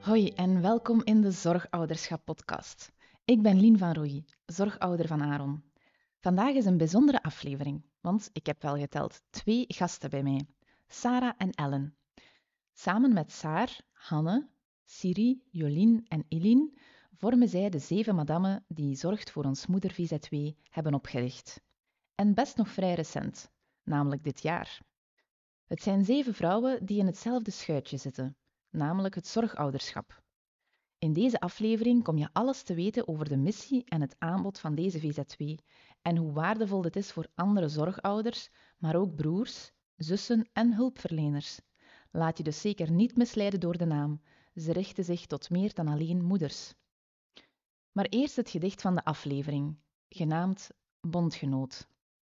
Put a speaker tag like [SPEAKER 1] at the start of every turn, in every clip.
[SPEAKER 1] Hoi en welkom in de Zorgouderschap-podcast. Ik ben Lien van Rooij, zorgouder van Aaron. Vandaag is een bijzondere aflevering, want ik heb wel geteld 2 gasten bij mij, Sarah en Ellen. Samen met Saar, Hanne, Siri, Jolien en Eline vormen zij de 7 madammen die Zorgt voor ons moeder VZW hebben opgericht. En best nog vrij recent, namelijk dit jaar. Het zijn 7 vrouwen die in hetzelfde schuitje zitten, namelijk het zorgouderschap. In deze aflevering kom je alles te weten over de missie en het aanbod van deze VZW en hoe waardevol dit is voor andere zorgouders, maar ook broers, zussen en hulpverleners. Laat je dus zeker niet misleiden door de naam. Ze richten zich tot meer dan alleen moeders. Maar eerst het gedicht van de aflevering, genaamd Bondgenoot.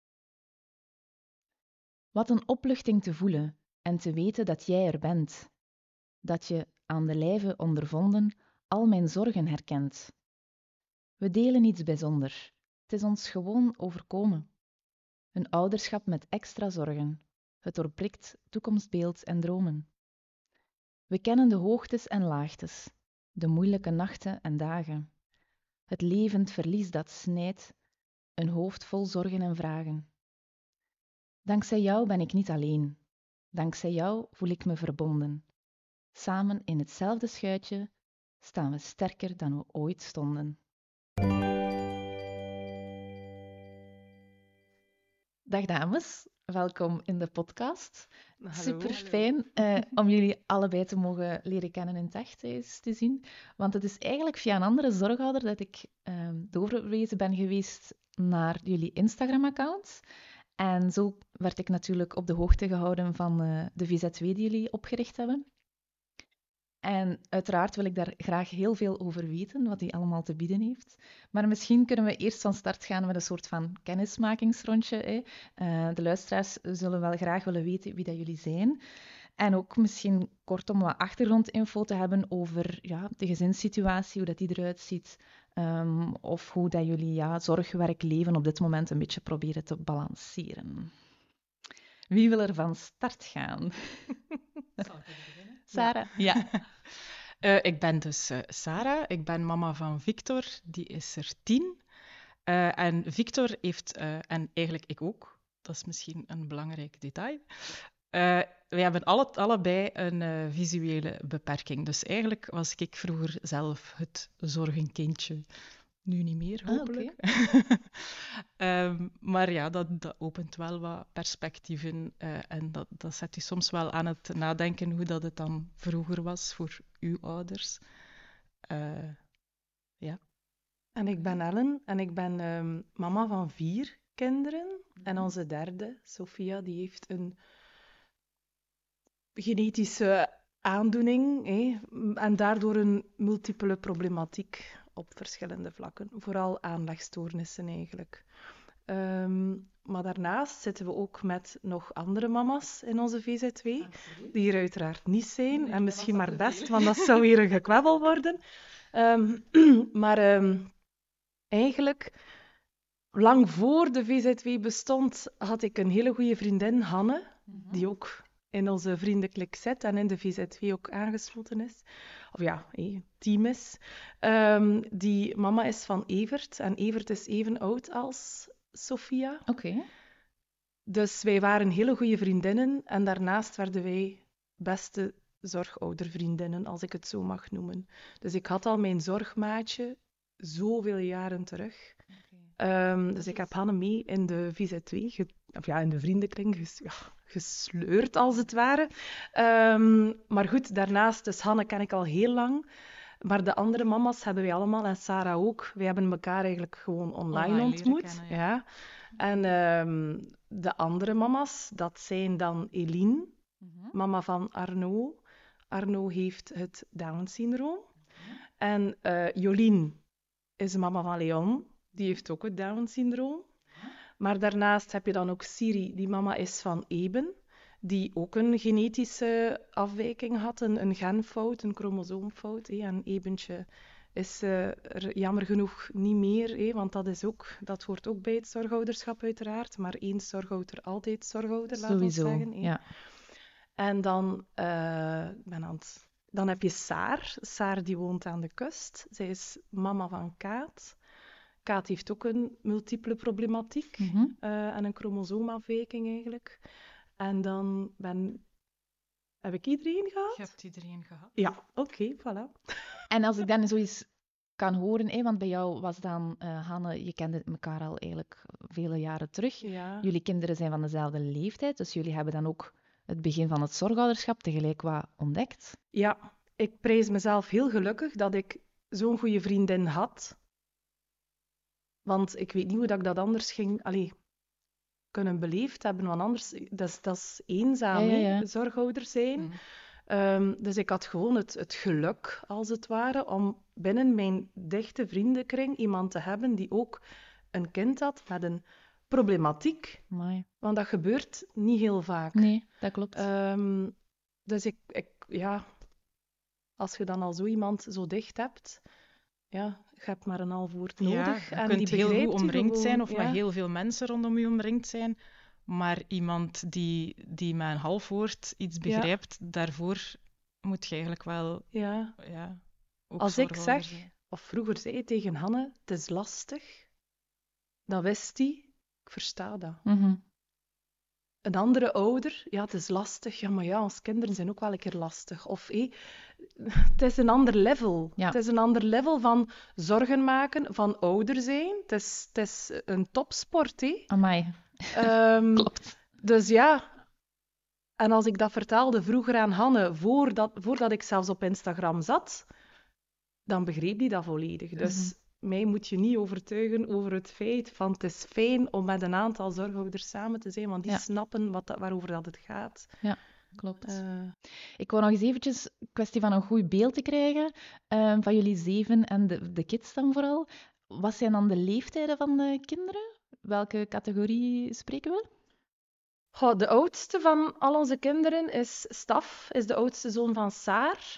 [SPEAKER 1] Wat een opluchting te voelen en te weten dat jij er bent. Dat je, aan de lijve ondervonden, al mijn zorgen herkent. We delen iets bijzonders. Het is ons gewoon overkomen. Een ouderschap met extra zorgen. Het doorprikt toekomstbeeld en dromen. We kennen de hoogtes en laagtes, de moeilijke nachten en dagen. Het levend verlies dat snijdt, een hoofd vol zorgen en vragen. Dankzij jou ben ik niet alleen. Dankzij jou voel ik me verbonden. Samen in hetzelfde schuitje staan we sterker dan we ooit stonden. Dag dames, welkom in de podcast. Super fijn om jullie allebei te mogen leren kennen in het echt eens te zien. Want het is eigenlijk via een andere zorghouder dat ik doorverwezen ben geweest naar jullie Instagram-accounts. En zo werd ik natuurlijk op de hoogte gehouden van de VZW die jullie opgericht hebben. En uiteraard wil ik daar graag heel veel over weten, wat hij allemaal te bieden heeft. Maar misschien kunnen we eerst van start gaan met een soort van kennismakingsrondje. De luisteraars zullen wel graag willen weten wie dat jullie zijn. En ook misschien kort om wat achtergrondinfo te hebben over de gezinssituatie, hoe dat die eruit ziet. Of hoe dat jullie zorg, werk, leven op dit moment een beetje proberen te balanceren. Wie wil er van start gaan?
[SPEAKER 2] Zal ik even beginnen?
[SPEAKER 1] Sarah? Ja.
[SPEAKER 2] Ik ben dus Sarah. Ik ben mama van Victor. Die is er 10. En Victor heeft, en eigenlijk ik ook, dat is misschien een belangrijk detail. Wij hebben allebei een visuele beperking. Dus eigenlijk was ik vroeger zelf het zorgenkindje. Nu niet meer, hopelijk. Maar ja, dat opent wel wat perspectieven en dat zet je soms wel aan het nadenken hoe dat het dan vroeger was voor uw ouders. Ja.
[SPEAKER 3] En ik ben Ellen en ik ben mama van 4 kinderen. En onze derde, Sophia, die heeft een genetische aandoening en daardoor een multiple problematiek op verschillende vlakken. Vooral aanlegstoornissen eigenlijk. Maar daarnaast zitten we ook met nog andere mama's in onze VZW, die er uiteraard niet zijn. Nee, en misschien maar best, want dat zou weer een gekwebbel worden. Maar eigenlijk, lang voor de VZW bestond, had ik een hele goede vriendin, Hanne, die ook in onze vriendenklik zit en in de VZW ook aangesloten is. Of ja, team is. Die mama is van Evert en Evert is even oud als Sophia.
[SPEAKER 1] Oké.
[SPEAKER 3] Dus wij waren hele goede vriendinnen en daarnaast werden wij beste zorgoudervriendinnen, als ik het zo mag noemen. Dus ik had al mijn zorgmaatje zoveel jaren terug. Dus ik heb Hanne mee in de VZW, in de vriendenkring gesleurd, als het ware. Maar goed, daarnaast, dus Hanne ken ik al heel lang. Maar de andere mama's hebben wij allemaal, en Sarah ook. Wij hebben elkaar eigenlijk gewoon online ontmoet.
[SPEAKER 2] Kennen,
[SPEAKER 3] ja. En de andere mama's, dat zijn dan Eline, mama van Arno. Arno heeft het Down-syndroom. En Jolien is mama van Leon. Die heeft ook het Down-syndroom. Maar daarnaast heb je dan ook Siri, die mama is van Eben, die ook een genetische afwijking had, een genfout, een chromosoomfout. En Ebentje is er jammer genoeg niet meer, want dat hoort ook bij het zorgouderschap uiteraard. Maar één zorgouder, altijd zorgouder, laten we zeggen.
[SPEAKER 1] Ja.
[SPEAKER 3] En dan, ik ben aan het Dan heb je Saar. Saar die woont aan de kust. Zij is mama van Kaat. Kaat heeft ook een multiple problematiek en een chromosoomafwijking eigenlijk. En dan heb ik iedereen gehad?
[SPEAKER 2] Je hebt iedereen gehad.
[SPEAKER 3] Ja, oké, voilà.
[SPEAKER 1] En als ik dan zo eens kan horen, want bij jou was dan, Hanne, je kende elkaar al eigenlijk vele jaren terug.
[SPEAKER 3] Ja.
[SPEAKER 1] Jullie kinderen zijn van dezelfde leeftijd, dus jullie hebben dan ook het begin van het zorgouderschap tegelijk wat ontdekt.
[SPEAKER 3] Ja, ik prijs mezelf heel gelukkig dat ik zo'n goede vriendin had. Want ik weet niet hoe dat ik dat anders ging kunnen beleefd hebben. Want anders, dat is eenzaam,
[SPEAKER 1] Ja.
[SPEAKER 3] zorgouder zijn. Dus ik had gewoon het geluk, als het ware, om binnen mijn dichte vriendenkring iemand te hebben die ook een kind had met een problematiek.
[SPEAKER 1] Amai.
[SPEAKER 3] Want dat gebeurt niet heel vaak.
[SPEAKER 1] Nee, dat klopt.
[SPEAKER 3] Dus als je dan al zo iemand zo dicht hebt, ja, je hebt maar een half woord nodig.
[SPEAKER 2] Je
[SPEAKER 3] en
[SPEAKER 2] kunt
[SPEAKER 3] die
[SPEAKER 2] heel
[SPEAKER 3] begrijpt
[SPEAKER 2] goed
[SPEAKER 3] je
[SPEAKER 2] omringd
[SPEAKER 3] gewoon,
[SPEAKER 2] zijn of met heel veel mensen rondom je omringd zijn. Maar iemand die met een half woord iets begrijpt, daarvoor moet je eigenlijk wel ook
[SPEAKER 3] als ik
[SPEAKER 2] zorgouder
[SPEAKER 3] zeg,
[SPEAKER 2] zijn.
[SPEAKER 3] of vroeger zei tegen Hanne, het is lastig, dan wist hij, ik versta dat. Een andere ouder, ja, het is lastig. Ja, maar ja, ons kinderen zijn ook wel een keer lastig. Of, het is een ander level.
[SPEAKER 1] Ja.
[SPEAKER 3] Het is een ander level van zorgen maken, van ouder zijn. Het is een topsport,
[SPEAKER 1] Amai, klopt.
[SPEAKER 3] Dus ja, en als ik dat vertelde vroeger aan Hanne, voordat ik zelfs op Instagram zat, dan begreep hij dat volledig. Dus mij moet je niet overtuigen over het feit van het is fijn om met een aantal zorgouders samen te zijn, want die snappen waarover dat het gaat.
[SPEAKER 1] Ja, klopt. Ik wou nog eens eventjes, kwestie van een goed beeld te krijgen, van jullie 7 en de kids dan vooral. Wat zijn dan de leeftijden van de kinderen? Welke categorie spreken we?
[SPEAKER 3] Goh, de oudste van al onze kinderen is Staf, is de oudste zoon van Saar.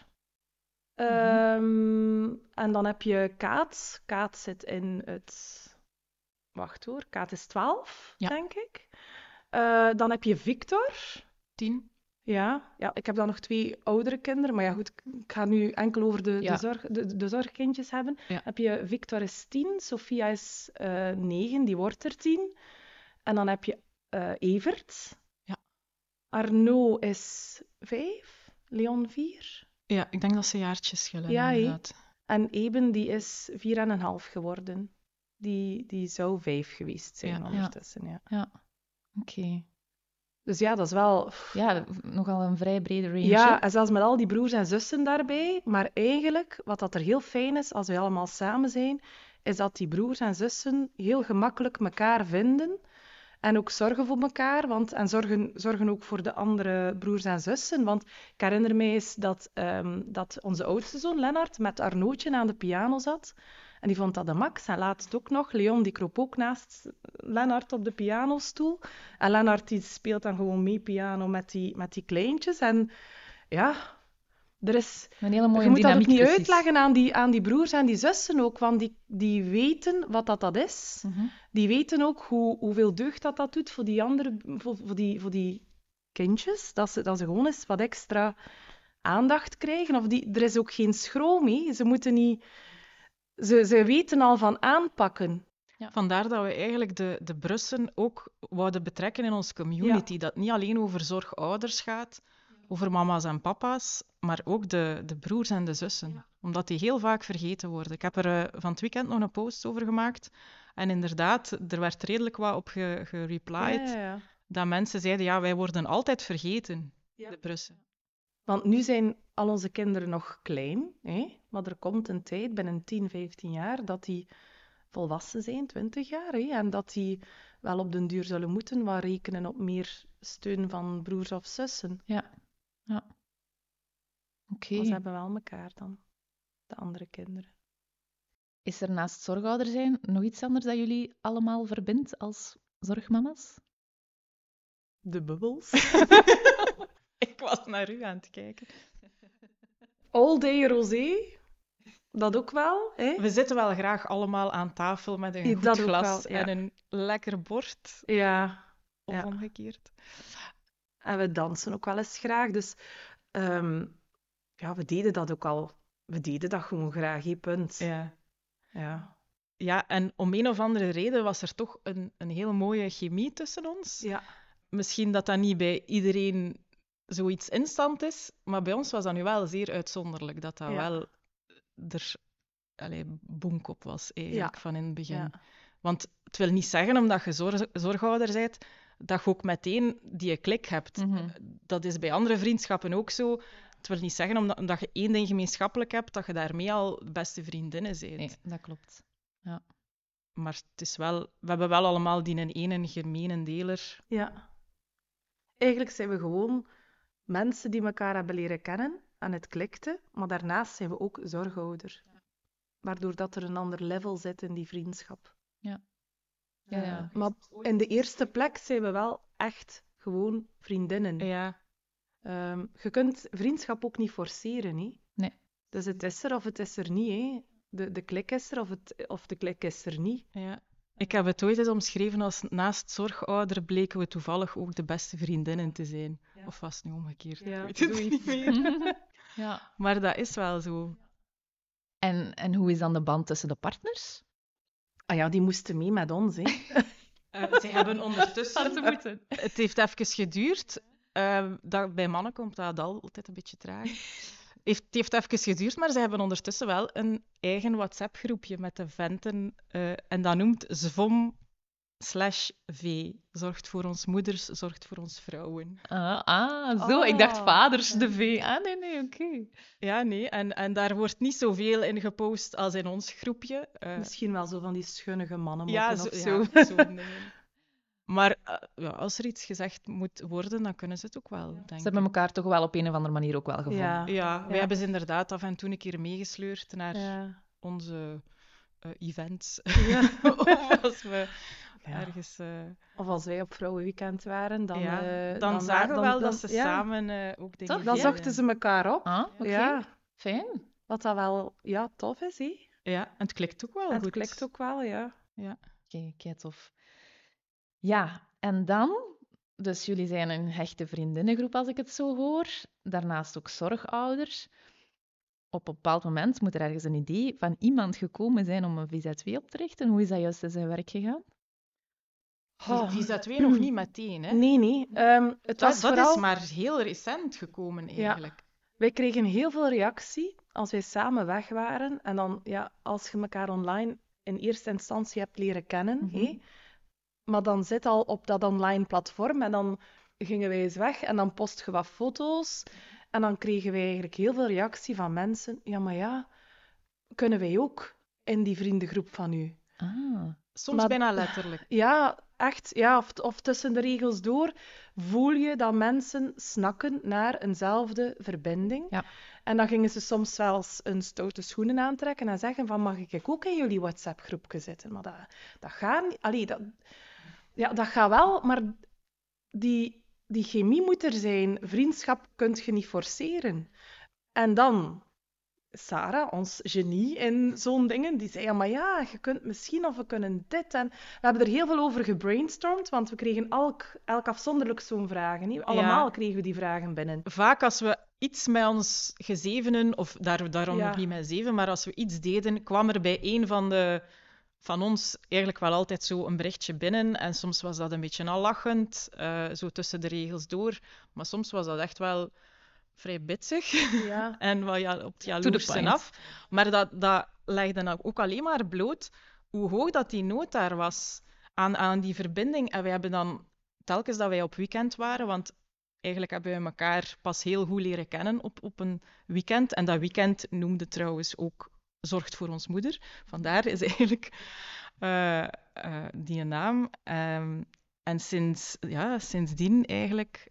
[SPEAKER 3] En dan heb je Kaat. Kaat zit in het... Wacht hoor, Kaat is 12, denk ik. Dan heb je Victor.
[SPEAKER 2] 10.
[SPEAKER 3] Ja, ik heb dan nog 2 oudere kinderen. Maar ja, goed, ik ga nu enkel over de zorgkindjes hebben.
[SPEAKER 2] Ja.
[SPEAKER 3] Heb je Victor is 10, Sophia is 9, die wordt er 10. En dan heb je Evert.
[SPEAKER 2] Ja.
[SPEAKER 3] Arno is 5, Leon 4.
[SPEAKER 2] Ja, ik denk dat ze jaartjes schillen.
[SPEAKER 3] Ja,
[SPEAKER 2] inderdaad.
[SPEAKER 3] En Eben, die is 4,5 geworden. Die zou 5 geweest zijn ondertussen. Ja.
[SPEAKER 1] Oké.
[SPEAKER 3] Dus ja, dat is wel...
[SPEAKER 1] Ja, nogal een vrij brede range.
[SPEAKER 3] Ja, en zelfs met al die broers en zussen daarbij. Maar eigenlijk, wat dat er heel fijn is, als we allemaal samen zijn, is dat die broers en zussen heel gemakkelijk elkaar vinden. En ook zorgen voor elkaar, en zorgen ook voor de andere broers en zussen. Want ik herinner mij eens dat onze oudste zoon, Lennart, met Arnootje aan de piano zat. En die vond dat de max. En laatst ook nog, Leon die kroop ook naast Lennart op de pianostoel. En Lennart die speelt dan gewoon mee piano met die kleintjes. En ja, er is...
[SPEAKER 1] Een hele mooie
[SPEAKER 3] je moet dat ook niet
[SPEAKER 1] precies
[SPEAKER 3] uitleggen aan die broers en die zussen ook, want die weten wat dat is. Die weten ook hoeveel deugd dat doet voor die andere, voor die kindjes, dat ze gewoon eens wat extra aandacht krijgen. Er is ook geen schroom mee. Ze moeten niet... Ze weten al van aanpakken.
[SPEAKER 2] Ja. Vandaar dat we eigenlijk de brussen ook wouden betrekken in onze community.
[SPEAKER 3] Ja.
[SPEAKER 2] Dat het niet alleen over zorgouders gaat, over mama's en papa's, maar ook de broers en de zussen. Ja. Omdat die heel vaak vergeten worden. Ik heb er van het weekend nog een post over gemaakt. En inderdaad, er werd redelijk wat op gereplied.
[SPEAKER 3] Ja.
[SPEAKER 2] Dat mensen zeiden, wij worden altijd vergeten, de brussen.
[SPEAKER 3] Want nu zijn al onze kinderen nog klein. Maar er komt een tijd, binnen 10, 15 jaar, dat die volwassen zijn, 20 jaar. En dat die wel op den duur zullen moeten wat rekenen op meer steun van broers of zussen.
[SPEAKER 1] Ja. Oké.
[SPEAKER 3] Maar ze hebben wel elkaar dan, de andere kinderen.
[SPEAKER 1] Is er naast zorgouder zijn nog iets anders dat jullie allemaal verbindt als zorgmama's?
[SPEAKER 3] De bubbels.
[SPEAKER 2] Ik was naar u aan het kijken.
[SPEAKER 3] All day rosé. Dat ook wel.
[SPEAKER 2] We zitten wel graag allemaal aan tafel met een goed glas en een lekker bord.
[SPEAKER 3] Ja.
[SPEAKER 2] Of omgekeerd.
[SPEAKER 3] En we dansen ook wel eens graag. Dus ja, we deden dat ook al. We deden dat gewoon graag, punt.
[SPEAKER 2] Ja.
[SPEAKER 3] Ja.
[SPEAKER 2] Ja, en om een of andere reden was er toch een heel mooie chemie tussen ons.
[SPEAKER 3] Ja.
[SPEAKER 2] Misschien dat niet bij iedereen zoiets instant is, maar bij ons was dat nu wel zeer uitzonderlijk, dat wel er bonk op was, eigenlijk, van in het begin.
[SPEAKER 3] Ja.
[SPEAKER 2] Want het wil niet zeggen, omdat je zorgouder bent, dat je ook meteen die klik hebt.
[SPEAKER 1] Mhm.
[SPEAKER 2] Dat is bij andere vriendschappen ook zo. Het wil niet zeggen, omdat je één ding gemeenschappelijk hebt, dat je daarmee al beste vriendinnen bent.
[SPEAKER 1] Nee, dat klopt. Ja.
[SPEAKER 2] Maar het is wel, we hebben wel allemaal die ene gemene deler.
[SPEAKER 3] Ja. Eigenlijk zijn we gewoon mensen die elkaar hebben leren kennen en het klikte, maar daarnaast zijn we ook zorgouder. Waardoor dat er een ander level zit in die vriendschap.
[SPEAKER 1] Ja. Ja.
[SPEAKER 3] Maar in de eerste plek zijn we wel echt gewoon vriendinnen.
[SPEAKER 2] Ja.
[SPEAKER 3] Je kunt vriendschap ook niet forceren, hè?
[SPEAKER 1] Nee.
[SPEAKER 3] Dus het is er of het is er niet, hè? De klik is er of de klik is er niet.
[SPEAKER 2] Ja. Ik heb het ooit eens omschreven als naast zorgouder bleken we toevallig ook de beste vriendinnen te zijn. Ja. Of was het nu omgekeerd?
[SPEAKER 3] Ja,
[SPEAKER 2] ik weet het niet meer.
[SPEAKER 1] Ja.
[SPEAKER 2] Maar dat is wel zo.
[SPEAKER 1] En hoe is dan de band tussen de partners?
[SPEAKER 3] Ah ja, die moesten mee met ons, hè.
[SPEAKER 2] Ze hebben ondertussen... Het heeft even geduurd. Bij mannen komt dat altijd een beetje traag. Het heeft even geduurd, maar ze hebben ondertussen wel een eigen WhatsApp-groepje met de venten. En dat noemt ZVOM/V. Zorgt voor ons moeders, zorgt voor ons vrouwen.
[SPEAKER 1] Zo. Ik dacht vaders, de V. Nee, oké.
[SPEAKER 2] Ja, nee. En daar wordt niet zoveel in gepost als in ons groepje.
[SPEAKER 3] Misschien wel zo van die schunnige mannen
[SPEAKER 2] ja,
[SPEAKER 3] of zo.
[SPEAKER 2] Ja, zo'n dingen. Maar als er iets gezegd moet worden, dan kunnen ze het ook wel, denk ik.
[SPEAKER 1] Ze hebben elkaar toch wel op een of andere manier ook wel gevonden.
[SPEAKER 2] Ja, wij hebben ze inderdaad af en toe een keer meegesleurd naar onze events.
[SPEAKER 3] Ja.
[SPEAKER 2] Of als we ergens...
[SPEAKER 3] Of als wij op vrouwenweekend waren,
[SPEAKER 2] dan zagen we wel dat ze samen ook dingen
[SPEAKER 3] Dan zochten ze elkaar op.
[SPEAKER 1] Oké.
[SPEAKER 3] Ja.
[SPEAKER 1] Fijn.
[SPEAKER 3] Wat dat wel tof is, hè?
[SPEAKER 2] Ja, en het klikt ook wel goed.
[SPEAKER 3] Het klikt ook wel, ja.
[SPEAKER 1] Oké, tof. Ja, en dan... Dus jullie zijn een hechte vriendinnengroep, als ik het zo hoor. Daarnaast ook zorgouders. Op een bepaald moment moet er ergens een idee van iemand gekomen zijn om een VZW op te richten. Hoe is dat juist in zijn werk gegaan?
[SPEAKER 2] VZW nog niet meteen, hè?
[SPEAKER 3] Nee. Het was
[SPEAKER 2] dat
[SPEAKER 3] vooral...
[SPEAKER 2] is maar heel recent gekomen, eigenlijk.
[SPEAKER 3] Ja. Wij kregen heel veel reactie als wij samen weg waren. En dan, als je elkaar online in eerste instantie hebt leren kennen, maar dan zit al op dat online platform en dan gingen wij eens weg en dan post je wat foto's. En dan kregen wij eigenlijk heel veel reactie van mensen. Kunnen wij ook in die vriendengroep van u?
[SPEAKER 2] Soms bijna letterlijk.
[SPEAKER 3] Ja, echt. Ja, of tussen de regels door voel je dat mensen snakken naar eenzelfde verbinding.
[SPEAKER 1] Ja.
[SPEAKER 3] En dan gingen ze soms zelfs een stoute schoenen aantrekken en zeggen van, mag ik ook in jullie WhatsApp-groepje zitten? Maar dat gaat niet. Allee, dat gaat wel, maar die chemie moet er zijn. Vriendschap kun je niet forceren. En dan... Sarah, ons genie in zo'n dingen, die zei, je kunt misschien of we kunnen dit. En we hebben er heel veel over gebrainstormd, want we kregen elk afzonderlijk zo'n vragen. Niet? Allemaal kregen we die vragen binnen.
[SPEAKER 2] Vaak als we iets met ons gezevenen, of daarom nog niet met 7, maar als we iets deden, kwam er bij een van ons eigenlijk wel altijd zo een berichtje binnen. En soms was dat een beetje al lachend, zo tussen de regels door. Maar soms was dat echt wel... vrij bitsig en wat op het jaloersen af. Maar dat legde dan ook alleen maar bloot hoe hoog dat die nood daar was aan die verbinding. En wij hebben dan, telkens dat wij op weekend waren, want eigenlijk hebben we elkaar pas heel goed leren kennen op een weekend. En dat weekend noemde trouwens ook Zorgt voor ons moeder. Vandaar is eigenlijk die naam. En sindsdien eigenlijk...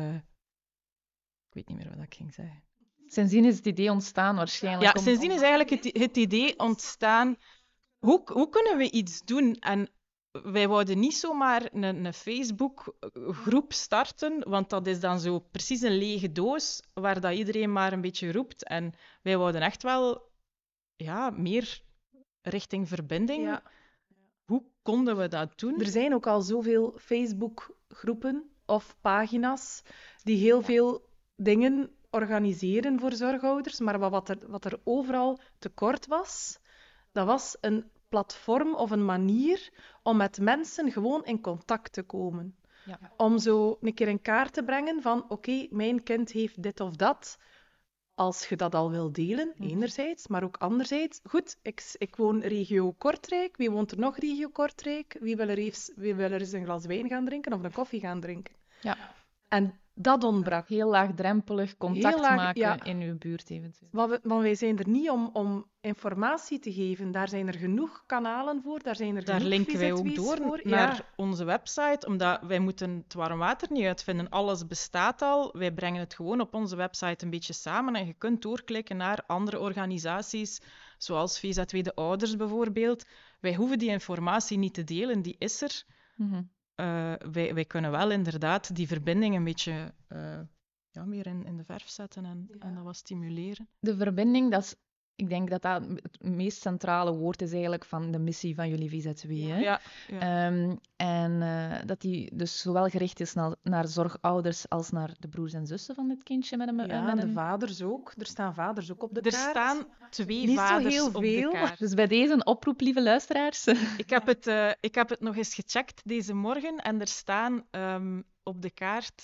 [SPEAKER 2] Ik weet niet meer wat ik ging zeggen.
[SPEAKER 1] Sindsdien is het idee ontstaan waarschijnlijk.
[SPEAKER 2] Ja, sindsdien is eigenlijk het idee ontstaan. Hoe kunnen we iets doen? En wij wouden niet zomaar een Facebook-groep starten, want dat is dan zo precies een lege doos waar dat iedereen maar een beetje roept. En wij wouden echt wel meer richting verbinding. Ja. Hoe konden we dat doen?
[SPEAKER 3] Er zijn ook al zoveel Facebook-groepen of pagina's die heel veel dingen organiseren voor zorgouders, maar wat er overal tekort was, dat was een platform of een manier om met mensen gewoon in contact te komen.
[SPEAKER 1] Ja.
[SPEAKER 3] Om zo een keer in kaart te brengen van oké, mijn kind heeft dit of dat. Als je dat al wil delen, enerzijds, maar ook anderzijds. Goed, ik woon regio Kortrijk. Wie woont er nog regio Kortrijk? Wie wil er eens een glas wijn gaan drinken of een koffie gaan drinken?
[SPEAKER 1] Ja.
[SPEAKER 3] En dat ontbrak.
[SPEAKER 1] Heel laagdrempelig contact
[SPEAKER 3] Heel laag,
[SPEAKER 1] maken
[SPEAKER 3] ja.
[SPEAKER 1] in uw buurt eventueel.
[SPEAKER 3] Want wij zijn er niet om informatie te geven. Daar zijn er genoeg kanalen voor. Daar genoeg
[SPEAKER 2] linken wij ook
[SPEAKER 3] VZW's
[SPEAKER 2] door
[SPEAKER 3] voor.
[SPEAKER 2] naar onze website, omdat wij moeten het warm water niet uitvinden. Alles bestaat al. Wij brengen het gewoon op onze website een beetje samen en je kunt doorklikken naar andere organisaties, zoals VZW De Ouders bijvoorbeeld. Wij hoeven die informatie niet te delen, die is er. Wij kunnen wel inderdaad die verbinding een beetje meer in de verf zetten en dat wat stimuleren.
[SPEAKER 1] De verbinding, ik denk dat dat het meest centrale woord is eigenlijk van de missie van jullie VZW. Hè?
[SPEAKER 2] Ja.
[SPEAKER 1] En dat die dus zowel gericht is naar zorgouders als naar de broers en zussen van dit kindje.
[SPEAKER 3] De vaders ook. Er staan vaders ook op de kaart.
[SPEAKER 2] Er staan 2
[SPEAKER 3] niet
[SPEAKER 2] vaders
[SPEAKER 3] zo heel
[SPEAKER 2] op
[SPEAKER 3] veel.
[SPEAKER 2] de kaart.
[SPEAKER 1] Dus bij deze een oproep, lieve luisteraars.
[SPEAKER 2] Ik heb het nog eens gecheckt deze morgen en er staan op de kaart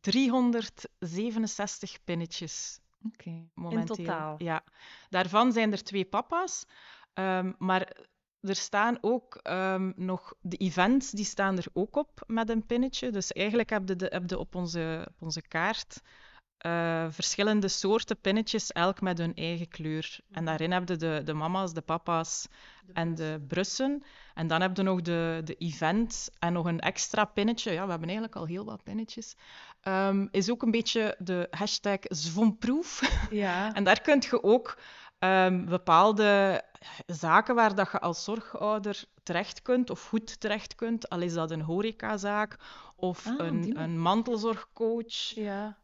[SPEAKER 2] 367 pinnetjes.
[SPEAKER 1] Oké.
[SPEAKER 2] Momenteel.
[SPEAKER 3] In totaal?
[SPEAKER 2] Ja. Daarvan zijn er 2 papa's, maar er staan ook nog de events, die staan er ook op met een pinnetje. Dus eigenlijk heb je op onze kaart verschillende soorten pinnetjes, elk met hun eigen kleur. En daarin heb je de mama's, de papa's en de brussen. En dan heb je nog de event en nog een extra pinnetje. Ja, we hebben eigenlijk al heel wat pinnetjes. Is ook een beetje de hashtag zvomproef.
[SPEAKER 3] Ja.
[SPEAKER 2] En daar kun je ook bepaalde zaken waar dat je als zorgouder terecht kunt of goed terecht kunt. Al is dat een horecazaak of een mantelzorgcoach.
[SPEAKER 3] Ja.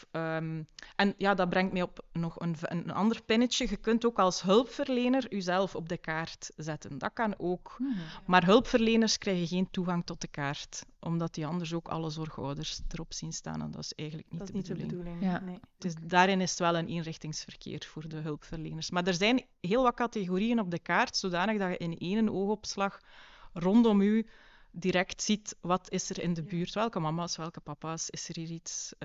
[SPEAKER 2] En ja, dat brengt mij op nog een ander pinnetje. Je kunt ook als hulpverlener jezelf op de kaart zetten. Dat kan ook. Maar hulpverleners krijgen geen toegang tot de kaart, omdat die anders ook alle zorgouders erop zien staan. En dat is eigenlijk niet de bedoeling.
[SPEAKER 1] Ja.
[SPEAKER 3] Nee.
[SPEAKER 2] Dus daarin is het wel een eenrichtingsverkeer voor de hulpverleners. Maar er zijn heel wat categorieën op de kaart, zodanig dat je in één oogopslag rondom u direct ziet wat is er in de buurt. Welke mama's, welke papa's, is er hier iets,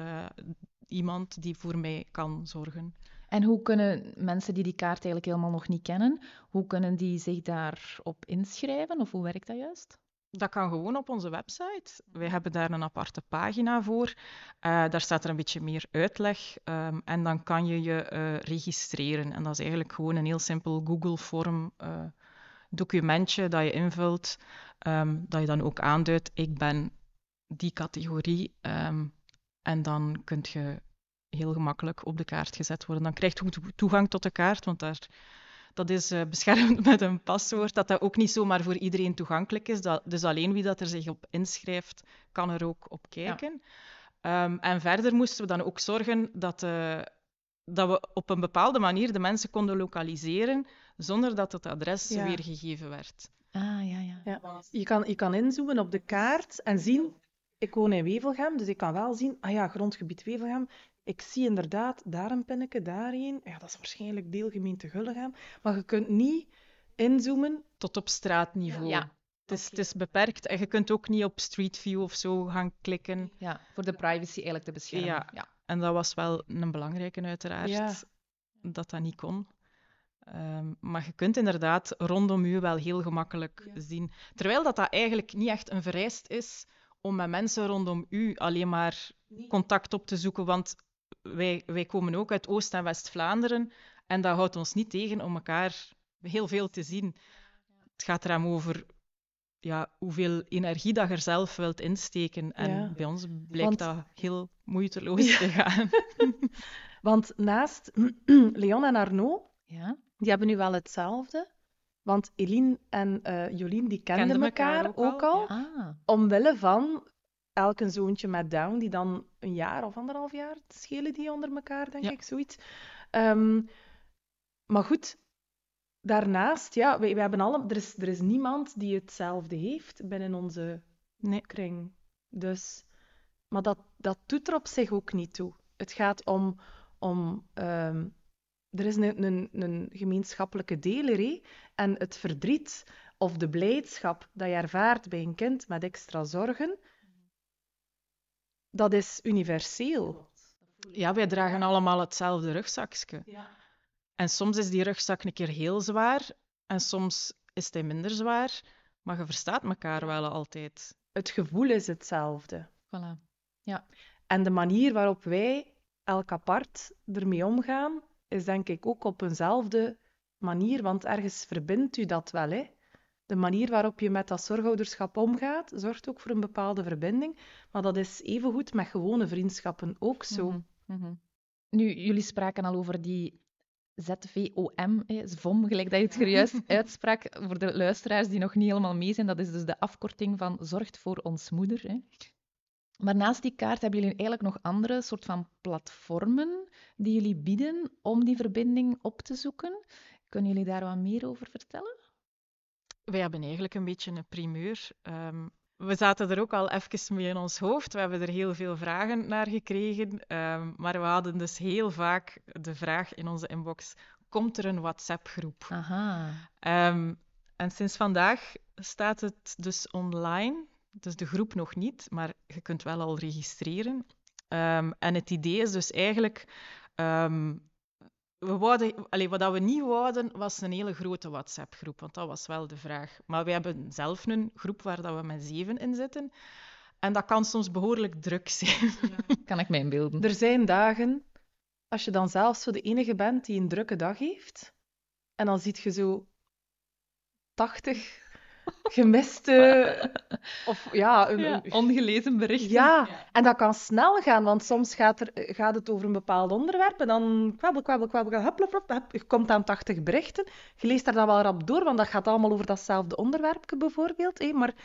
[SPEAKER 2] iemand die voor mij kan zorgen.
[SPEAKER 1] En hoe kunnen mensen die kaart eigenlijk helemaal nog niet kennen, hoe kunnen die zich daarop inschrijven? Of hoe werkt dat juist?
[SPEAKER 2] Dat kan gewoon op onze website. Wij hebben daar een aparte pagina voor. Daar staat er een beetje meer uitleg. En dan kan je je registreren. En dat is eigenlijk gewoon een heel simpel Google-vorm documentje dat je invult. Dat je dan ook aanduidt, ik ben die categorie. En dan kun je heel gemakkelijk op de kaart gezet worden. Dan krijg je toegang tot de kaart, want dat is beschermd met een paswoord, dat ook niet zomaar voor iedereen toegankelijk is. Dus alleen wie dat er zich op inschrijft, kan er ook op kijken. Ja. En verder moesten we dan ook zorgen dat we op een bepaalde manier de mensen konden lokaliseren, zonder dat het adres weergegeven werd.
[SPEAKER 1] Ja.
[SPEAKER 3] Je kan inzoomen op de kaart en zien, ik woon in Wevelgem, dus ik kan wel zien, grondgebied Wevelgem. Ik zie inderdaad daar een pinnetje, daarheen. Ja, dat is waarschijnlijk deelgemeente Gullegem. Maar je kunt niet inzoomen.
[SPEAKER 2] Tot op straatniveau.
[SPEAKER 1] Ja.
[SPEAKER 2] Het is beperkt en je kunt ook niet op Street View of zo gaan klikken.
[SPEAKER 1] Ja, voor de privacy eigenlijk te beschermen.
[SPEAKER 2] Ja. En dat was wel een belangrijke uiteraard, dat niet kon. Maar je kunt inderdaad rondom u wel heel gemakkelijk zien. Terwijl dat eigenlijk niet echt een vereist is om met mensen rondom u alleen maar contact op te zoeken, want wij komen ook uit Oost- en West-Vlaanderen en dat houdt ons niet tegen om elkaar heel veel te zien. Het gaat er over hoeveel energie dat je er zelf wilt insteken. En bij ons blijkt dat heel moeiteloos te gaan.
[SPEAKER 3] Want naast Leon en Arnaud, die hebben nu wel hetzelfde. Want Eline en Jolien, die kenden elkaar ook al.
[SPEAKER 1] Ja.
[SPEAKER 3] Omwille van elk een zoontje met Down, die dan 1 jaar of 1,5 jaar schelen die onder elkaar, denk ik, zoiets. Maar goed, daarnaast, wij hebben er is niemand die hetzelfde heeft binnen onze kring. Dus, maar dat doet er op zich ook niet toe. Het gaat om om er is een gemeenschappelijke deler, hè? En het verdriet of de blijdschap dat je ervaart bij een kind met extra zorgen, dat is universeel.
[SPEAKER 2] Ja, wij dragen allemaal hetzelfde rugzakje.
[SPEAKER 3] Ja.
[SPEAKER 2] En soms is die rugzak een keer heel zwaar en soms is hij minder zwaar, maar je verstaat elkaar wel altijd.
[SPEAKER 3] Het gevoel is hetzelfde.
[SPEAKER 1] Voilà. Ja.
[SPEAKER 3] En de manier waarop wij elk apart ermee omgaan, is denk ik ook op eenzelfde manier, want ergens verbindt u dat wel, hè? De manier waarop je met dat zorgouderschap omgaat, zorgt ook voor een bepaalde verbinding, maar dat is evengoed met gewone vriendschappen ook zo.
[SPEAKER 1] Nu, jullie spraken al over die ZVOM, ZVOM, gelijk dat je het juist uitsprak, voor de luisteraars die nog niet helemaal mee zijn. Dat is dus de afkorting van Zorgt voor ons moeder. Hè. Maar naast die kaart hebben jullie eigenlijk nog andere soort van platformen die jullie bieden om die verbinding op te zoeken. Kunnen jullie daar wat meer over vertellen?
[SPEAKER 2] Wij hebben eigenlijk een beetje een primeur. We zaten er ook al even mee in ons hoofd. We hebben er heel veel vragen naar gekregen. Maar we hadden dus heel vaak de vraag in onze inbox, komt er een WhatsApp-groep?
[SPEAKER 1] Aha.
[SPEAKER 2] En sinds vandaag staat het dus online. Dus de groep nog niet, maar je kunt wel al registreren. En het idee is dus eigenlijk... wat we niet wouden, was een hele grote WhatsApp-groep, want dat was wel de vraag. Maar we hebben zelf een groep waar dat we met 7 in zitten. En dat kan soms behoorlijk druk zijn.
[SPEAKER 1] Ja. Kan ik mij inbeelden.
[SPEAKER 3] Er zijn dagen, als je dan zelfs zo de enige bent die een drukke dag heeft, en dan zie je zo 80 gemiste... Of ja,
[SPEAKER 1] ongelezen berichten.
[SPEAKER 3] Ja, en dat kan snel gaan, want soms gaat het over een bepaald onderwerp en dan kwabbel, hop, je komt aan 80 berichten. Je leest daar dan wel rap door, want dat gaat allemaal over datzelfde onderwerp bijvoorbeeld. Hè? Maar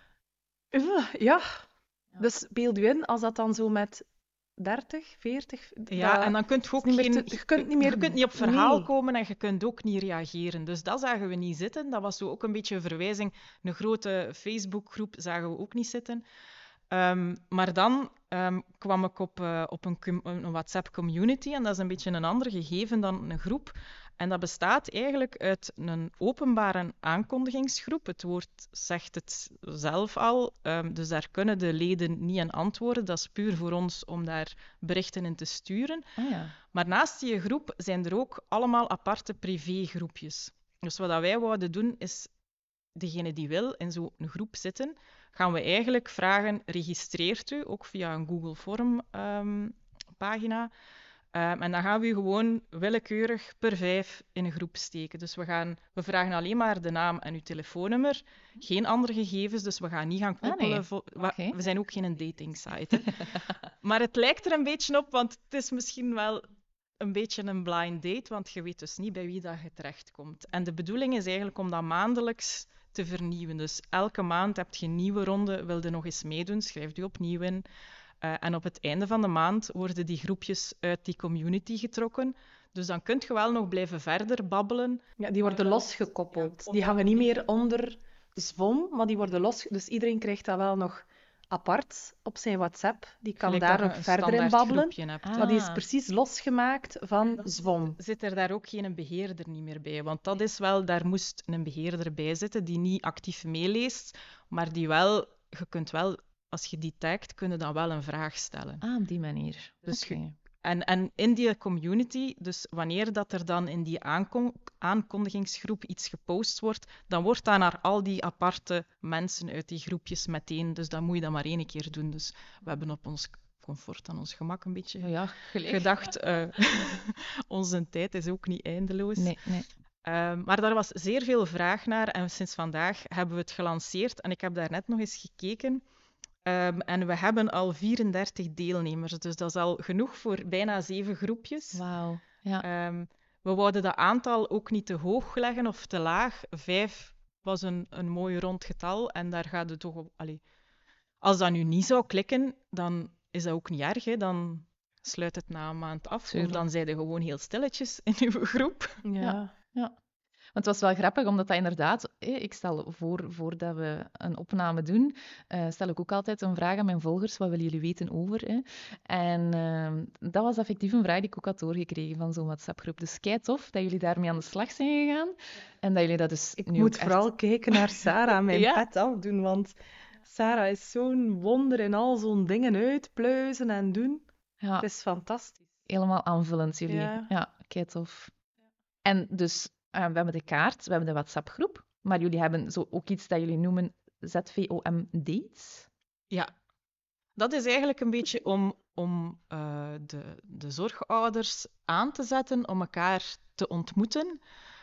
[SPEAKER 3] ja, dus beeld u in, als dat dan zo met 30, 40...
[SPEAKER 2] Ja, en dan kun je ook je kunt niet op verhaal komen en je kunt ook niet reageren. Dus dat zagen we niet zitten. Dat was zo ook een beetje een verwijzing. Een grote Facebookgroep zagen we ook niet zitten. Maar dan kwam ik op een WhatsApp-community en dat is een beetje een ander gegeven dan een groep. En dat bestaat eigenlijk uit een openbare aankondigingsgroep. Het woord zegt het zelf al, dus daar kunnen de leden niet aan antwoorden. Dat is puur voor ons om daar berichten in te sturen.
[SPEAKER 1] Ah, ja.
[SPEAKER 2] Maar naast die groep zijn er ook allemaal aparte privégroepjes. Dus wat wij wouden doen, is degene die wil in zo'n groep zitten, gaan we eigenlijk vragen, registreert u, ook via een Google Form pagina. En dan gaan we u gewoon willekeurig per 5 in een groep steken. Dus we vragen alleen maar de naam en uw telefoonnummer, geen andere gegevens, dus we gaan niet gaan koppelen.
[SPEAKER 1] Okay.
[SPEAKER 2] We zijn ook geen datingsite. Maar het lijkt er een beetje op, want het is misschien wel een beetje een blind date, want je weet dus niet bij wie dat je terechtkomt. En de bedoeling is eigenlijk om dat maandelijks te vernieuwen. Dus elke maand heb je een nieuwe ronde, wil je nog eens meedoen, schrijf je opnieuw in. En op het einde van de maand worden die groepjes uit die community getrokken. Dus dan kun je wel nog blijven verder babbelen.
[SPEAKER 3] Ja, die worden losgekoppeld. Die hangen niet meer onder ZVOM, maar die worden los. Dus iedereen krijgt dat wel nog apart op zijn WhatsApp. Die kan daar nog verder in babbelen. Maar die is precies losgemaakt van ZVOM.
[SPEAKER 2] Zit er daar ook geen beheerder niet meer bij? Want dat is wel, daar moest een beheerder bij zitten die niet actief meeleest, maar die wel, je kunt wel, als je die tagt, kun je dan wel een vraag stellen.
[SPEAKER 1] Ah, op die manier.
[SPEAKER 2] Dus en in die community, dus wanneer dat er dan in die aankondigingsgroep iets gepost wordt, dan wordt dat naar al die aparte mensen uit die groepjes meteen. Dus dan moet je dat maar 1 keer doen. Dus we hebben op ons comfort en ons gemak een beetje gedacht. Onze tijd is ook niet eindeloos.
[SPEAKER 1] Nee.
[SPEAKER 2] Maar daar was zeer veel vraag naar en sinds vandaag hebben we het gelanceerd. En ik heb daar net nog eens gekeken. En we hebben al 34 deelnemers, dus dat is al genoeg voor bijna 7 groepjes.
[SPEAKER 1] Wauw, ja.
[SPEAKER 2] We wouden dat aantal ook niet te hoog leggen of te laag. 5 was een mooi rond getal en daar gaat het toch op... Als dat nu niet zou klikken, dan is dat ook niet erg. Hè? Dan sluit het na een maand af. Of dan zijn er gewoon heel stilletjes in uw groep.
[SPEAKER 3] Ja.
[SPEAKER 1] Want het was wel grappig, omdat dat inderdaad... Ik stel voordat we een opname doen, stel ik ook altijd een vraag aan mijn volgers. Wat willen jullie weten over? En dat was effectief een vraag die ik ook had doorgekregen van zo'n WhatsApp-groep. Dus kei tof dat jullie daarmee aan de slag zijn gegaan. En dat jullie dat dus
[SPEAKER 3] Ik
[SPEAKER 1] nu
[SPEAKER 3] moet
[SPEAKER 1] ook
[SPEAKER 3] vooral kijken naar Sarah, mijn
[SPEAKER 1] Ja.
[SPEAKER 3] pet afdoen, want Sarah is zo'n wonder in al zo'n dingen uitpluizen en doen.
[SPEAKER 1] Ja,
[SPEAKER 3] Het is fantastisch.
[SPEAKER 1] helemaal aanvullend, jullie.
[SPEAKER 3] Ja.
[SPEAKER 1] Ja, kei tof. En dus, we hebben de kaart, we hebben de WhatsApp-groep, maar jullie hebben zo ook iets dat jullie noemen ZVOM Dates.
[SPEAKER 2] Ja, dat is eigenlijk een beetje om de zorgouders aan te zetten om elkaar te ontmoeten.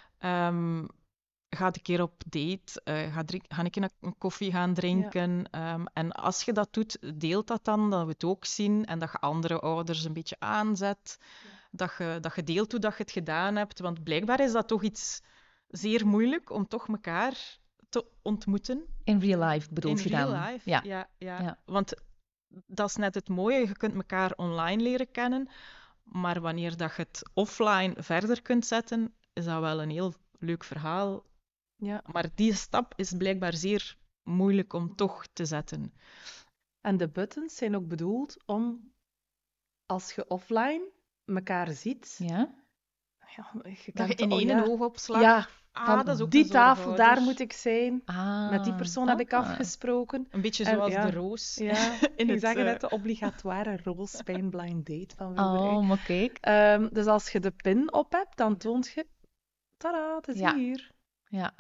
[SPEAKER 2] Ga een keer op date, ga een keer een koffie gaan drinken. En als je dat doet, deelt dat dan, dat we het ook zien en dat je andere ouders een beetje aanzet. Ja. Dat je deelt hoe dat je het gedaan hebt. Want blijkbaar is dat toch iets zeer moeilijk om toch elkaar te ontmoeten.
[SPEAKER 1] In real life bedoel je dan?
[SPEAKER 2] In real life, ja. Want dat is net het mooie, je kunt elkaar online leren kennen, maar wanneer dat je het offline verder kunt zetten, is dat wel een heel leuk verhaal.
[SPEAKER 3] Ja.
[SPEAKER 2] Maar die stap is blijkbaar zeer moeilijk om toch te zetten.
[SPEAKER 3] En de buttons zijn ook bedoeld om, als je offline elkaar ziet,
[SPEAKER 1] Ja?
[SPEAKER 2] Dat je in één oogopslag...
[SPEAKER 3] Ja,
[SPEAKER 2] dat is
[SPEAKER 3] van
[SPEAKER 2] ook
[SPEAKER 3] die
[SPEAKER 2] een
[SPEAKER 3] tafel,
[SPEAKER 2] zorgouder.
[SPEAKER 3] daar moet ik zijn.
[SPEAKER 1] Ah,
[SPEAKER 3] Met die persoon heb ik afgesproken.
[SPEAKER 2] Een beetje
[SPEAKER 3] En
[SPEAKER 2] zoals
[SPEAKER 3] ja,
[SPEAKER 2] de roos.
[SPEAKER 3] Ja,
[SPEAKER 2] in
[SPEAKER 3] ik
[SPEAKER 2] het,
[SPEAKER 3] zeg net de obligatoire roos bij een blind date van vroeger.
[SPEAKER 1] Oh, maar kijk.
[SPEAKER 3] Dus als je de pin op hebt, dan toont je... Tada, het is hier.
[SPEAKER 1] Ja.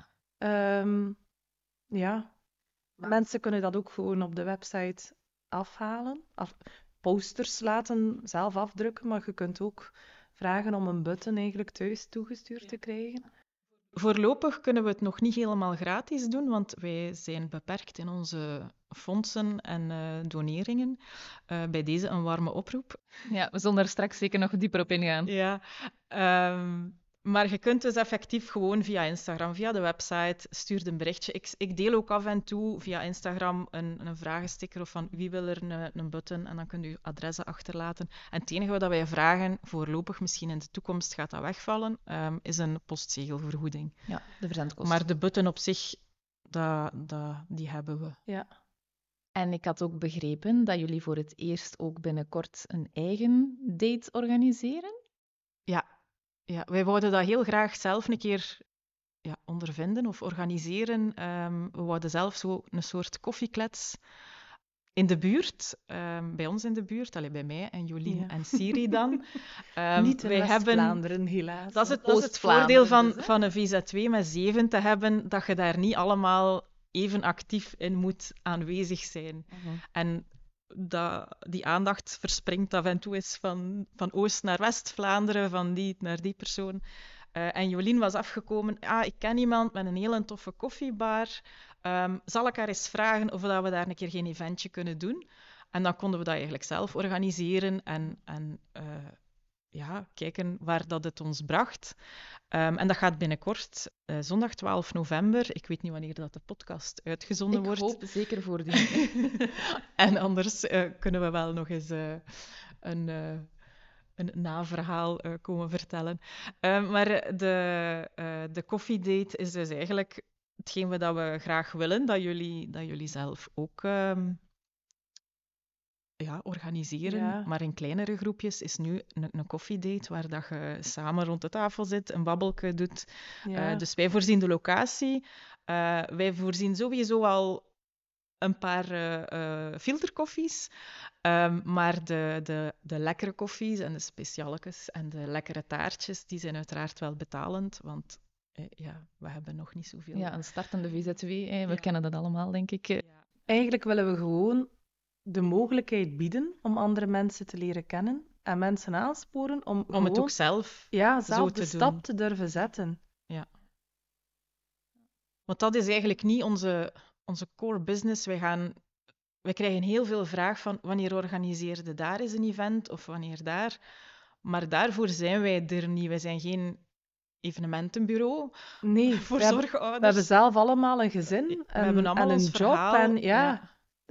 [SPEAKER 3] Ja. Mensen kunnen dat ook gewoon op de website afhalen. Posters laten zelf afdrukken, maar je kunt ook vragen om een button eigenlijk thuis toegestuurd te krijgen.
[SPEAKER 2] Voorlopig kunnen we het nog niet helemaal gratis doen, want wij zijn beperkt in onze fondsen en doneringen. Bij deze een warme oproep.
[SPEAKER 1] Ja, we zullen er straks zeker nog dieper op ingaan.
[SPEAKER 2] Ja, maar je kunt dus effectief gewoon via Instagram, via de website, stuur een berichtje. Ik deel ook af en toe via Instagram een vragensticker of van wie wil er een button en dan kunt u uw adressen achterlaten. En het enige wat wij vragen, voorlopig misschien in de toekomst gaat dat wegvallen, is een postzegelvergoeding.
[SPEAKER 1] Ja, de verzendkosten.
[SPEAKER 2] Maar de button op zich, die hebben we.
[SPEAKER 3] Ja.
[SPEAKER 1] En ik had ook begrepen dat jullie voor het eerst ook binnenkort een eigen date organiseren.
[SPEAKER 2] Ja, wij wouden dat heel graag zelf een keer ondervinden of organiseren. We wouden zelf zo een soort koffieklets in de buurt, bij ons in de buurt, bij mij en Jolien en Siri dan.
[SPEAKER 3] Niet in West-Vlaanderen, helaas.
[SPEAKER 2] Dat is het voordeel van een VZ2 met 7 te hebben, dat je daar niet allemaal even actief in moet aanwezig zijn. En die aandacht verspringt af en toe eens van Oost naar West-Vlaanderen, van die naar die persoon. En Jolien was afgekomen, ik ken iemand met een hele toffe koffiebar. Zal ik haar eens vragen of we daar een keer geen eventje kunnen doen? En dan konden we dat eigenlijk zelf organiseren en kijken waar dat het ons bracht. En dat gaat binnenkort, zondag 12 november. Ik weet niet wanneer dat de podcast uitgezonden wordt.
[SPEAKER 1] Ik hoop zeker voor die.
[SPEAKER 2] En anders kunnen we wel nog eens een naverhaal komen vertellen. Maar de koffiedate is dus eigenlijk hetgeen dat we graag willen, dat jullie zelf ook organiseren. Ja. Maar in kleinere groepjes is nu een koffiedate waar dat je samen rond de tafel zit, een babbelke doet. Ja. Dus wij voorzien de locatie. Wij voorzien sowieso al een paar filterkoffies. Maar de lekkere koffies en de specialetjes en de lekkere taartjes, die zijn uiteraard wel betalend, want we hebben nog niet zoveel.
[SPEAKER 1] Ja, een startende VZ2, we kennen dat allemaal, denk ik. Ja.
[SPEAKER 3] Eigenlijk willen we gewoon de mogelijkheid bieden om andere mensen te leren kennen en mensen aansporen om gewoon,
[SPEAKER 2] het ook zelf
[SPEAKER 3] zo de stap te durven zetten.
[SPEAKER 2] Ja. Want dat is eigenlijk niet onze core business. Wij krijgen heel veel vraag van wanneer organiseerde daar eens een event of wanneer daar. Maar daarvoor zijn wij er niet. Wij zijn geen evenementenbureau voor zorgouders.
[SPEAKER 3] We hebben zelf allemaal een gezin en een job. En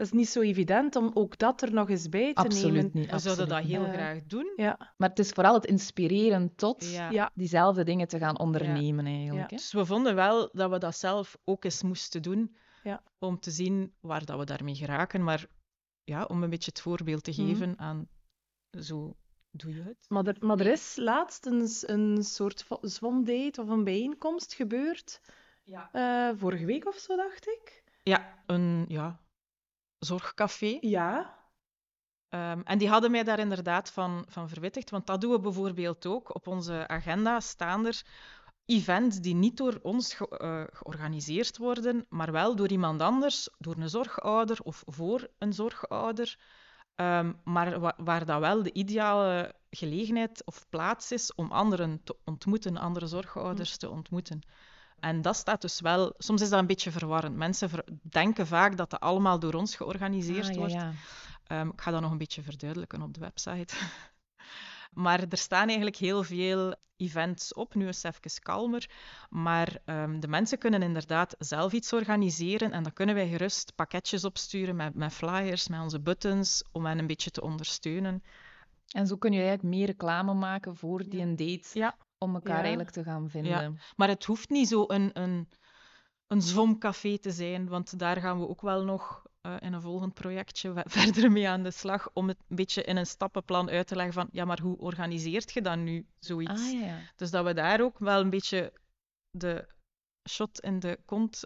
[SPEAKER 3] Dat is niet zo evident om ook dat er nog eens bij te
[SPEAKER 1] Absoluut
[SPEAKER 3] nemen.
[SPEAKER 1] niet.
[SPEAKER 2] We zouden dat
[SPEAKER 1] absoluut
[SPEAKER 2] heel
[SPEAKER 1] niet.
[SPEAKER 2] graag doen.
[SPEAKER 3] Ja,
[SPEAKER 1] Maar het is vooral het inspireren tot
[SPEAKER 3] ja,
[SPEAKER 1] diezelfde dingen te gaan ondernemen eigenlijk. Hè?
[SPEAKER 2] Dus we vonden wel dat we dat zelf ook eens moesten doen,
[SPEAKER 3] ja.
[SPEAKER 2] om te zien waar dat we daarmee geraken, maar ja, om een beetje het voorbeeld te geven aan zo doe je het.
[SPEAKER 3] Maar er is laatst een soort zwemdate of een bijeenkomst gebeurd. Vorige week of zo, dacht ik.
[SPEAKER 2] Ja, een zorgcafé.
[SPEAKER 3] Ja.
[SPEAKER 2] En die hadden mij daar inderdaad van verwittigd, want dat doen we bijvoorbeeld ook. Op onze agenda staan er events die niet door ons georganiseerd worden, maar wel door iemand anders, door een zorgouder of voor een zorgouder. Maar waar dat wel de ideale gelegenheid of plaats is om anderen te ontmoeten, andere zorgouders te ontmoeten. En dat staat dus wel... Soms is dat een beetje verwarrend. Mensen denken vaak dat dat allemaal door ons georganiseerd wordt.
[SPEAKER 1] Ja.
[SPEAKER 2] Ik ga dat nog een beetje verduidelijken op de website. Maar er staan eigenlijk heel veel events op. Nu is het even kalmer. Maar de mensen kunnen inderdaad zelf iets organiseren. En dan kunnen wij gerust pakketjes opsturen met flyers, met onze buttons, om hen een beetje te ondersteunen.
[SPEAKER 1] En zo kun je eigenlijk meer reclame maken voor die een date, om elkaar eigenlijk te gaan vinden.
[SPEAKER 2] Ja. Maar het hoeft niet zo een zwomcafé te zijn, want daar gaan we ook wel nog in een volgend projectje verder mee aan de slag, om het een beetje in een stappenplan uit te leggen van, ja, maar hoe organiseert je dan nu zoiets? Dus dat we daar ook wel een beetje de shot in de kont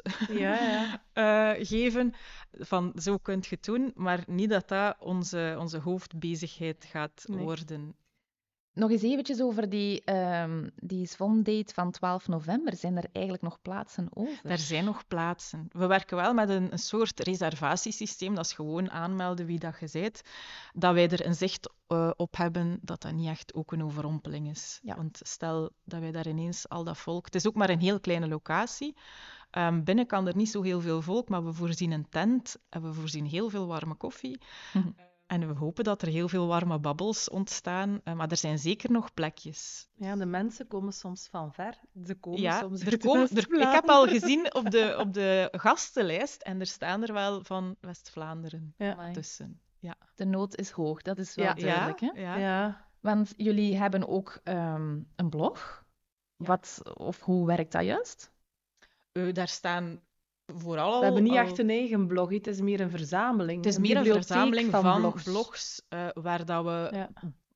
[SPEAKER 2] geven van, zo kun je het doen, maar niet dat dat onze hoofdbezigheid gaat worden.
[SPEAKER 1] Nog eens eventjes over die zwemdate van 12 november. Zijn er eigenlijk nog plaatsen over?
[SPEAKER 2] Er zijn nog plaatsen. We werken wel met een soort reservatiesysteem. Dat is gewoon aanmelden wie dat je bent. Dat wij er een zicht op hebben dat dat niet echt ook een overrompeling is.
[SPEAKER 1] Ja.
[SPEAKER 2] Want stel dat wij daar ineens al dat volk... Het is ook maar een heel kleine locatie. Binnen kan er niet zo heel veel volk, maar we voorzien een tent en we voorzien heel veel warme koffie. En we hopen dat er heel veel warme babbels ontstaan, maar er zijn zeker nog plekjes.
[SPEAKER 3] Ja, de mensen komen soms van ver. Ze komen soms
[SPEAKER 2] ik heb al gezien op de gastenlijst, en er staan er wel van West-Vlaanderen tussen. Ja.
[SPEAKER 1] De nood is hoog, dat is wel duidelijk. Hè?
[SPEAKER 3] Ja.
[SPEAKER 1] Want jullie hebben ook een blog. Hoe werkt dat juist?
[SPEAKER 2] Daar staan vooral al...
[SPEAKER 3] We hebben niet echt een eigen blog, het is meer een verzameling.
[SPEAKER 2] Het is meer een verzameling van
[SPEAKER 3] blogs
[SPEAKER 2] waar dat we...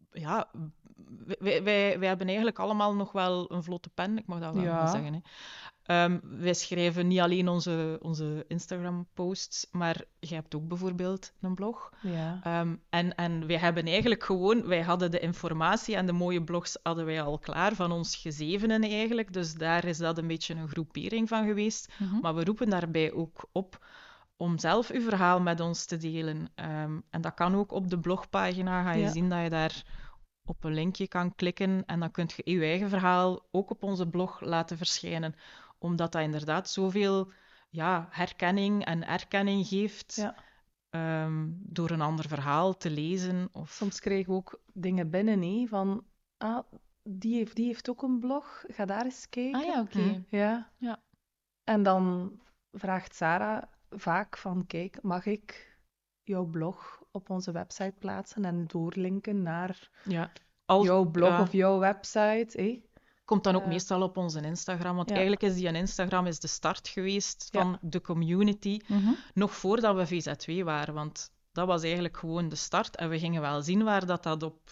[SPEAKER 2] Wij hebben eigenlijk allemaal nog wel een vlotte pen, ik mag dat wel zeggen. Hè. Wij schrijven niet alleen onze Instagram-posts, maar je hebt ook bijvoorbeeld een blog.
[SPEAKER 3] Ja.
[SPEAKER 2] En wij hebben eigenlijk wij hadden de informatie en de mooie blogs hadden wij al klaar van ons gezevenen eigenlijk. Dus daar is dat een beetje een groepering van geweest. Maar we roepen daarbij ook op om zelf uw verhaal met ons te delen. En dat kan ook op de blogpagina. Ga je zien dat je daar op een linkje kan klikken en dan kunt je je eigen verhaal ook op onze blog laten verschijnen. Omdat dat inderdaad zoveel herkenning en erkenning geeft door een ander verhaal te lezen.
[SPEAKER 3] Soms krijgen we ook dingen binnen van... Die heeft ook een blog, ga daar eens kijken.
[SPEAKER 1] Ah ja, oké.
[SPEAKER 3] Ja. En dan vraagt Sarah vaak van, kijk, mag ik jouw blog op onze website plaatsen en doorlinken naar jouw blog of jouw website?
[SPEAKER 2] Komt dan ook meestal op onze Instagram, want eigenlijk is die Instagram de start geweest van de community, nog voordat we VZ2 waren, want dat was eigenlijk gewoon de start en we gingen wel zien waar dat op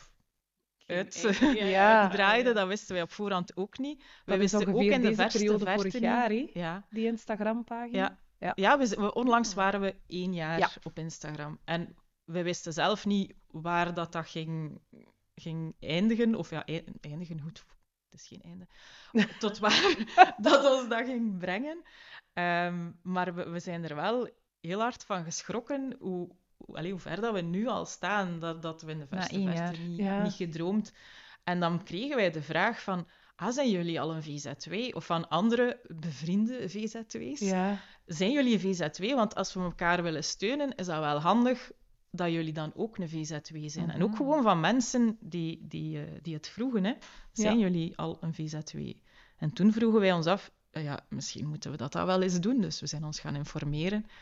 [SPEAKER 2] draaide, dat wisten wij op voorhand ook niet.
[SPEAKER 3] We wisten ook in de verste vorig jaar, die Instagram-pagina.
[SPEAKER 2] Onlangs waren we 1 jaar op Instagram. En we wisten zelf niet waar dat ging eindigen. Of eindigen, goed, het is geen einde. Tot waar dat ons dat ging brengen. Maar we zijn er wel heel hard van geschrokken hoe ver dat we nu al staan. Dat we in de verte niet gedroomd. En dan kregen wij de vraag van... zijn jullie al een VZ2? Of van andere bevriende VZ2's?
[SPEAKER 3] Ja.
[SPEAKER 2] Zijn jullie een VZ2? Want als we elkaar willen steunen, is dat wel handig dat jullie dan ook een VZ2 zijn. En ook gewoon van mensen die het vroegen. Hè? Zijn jullie al een VZ2? En toen vroegen wij ons af, misschien moeten we dat wel eens doen. Dus we zijn ons gaan informeren.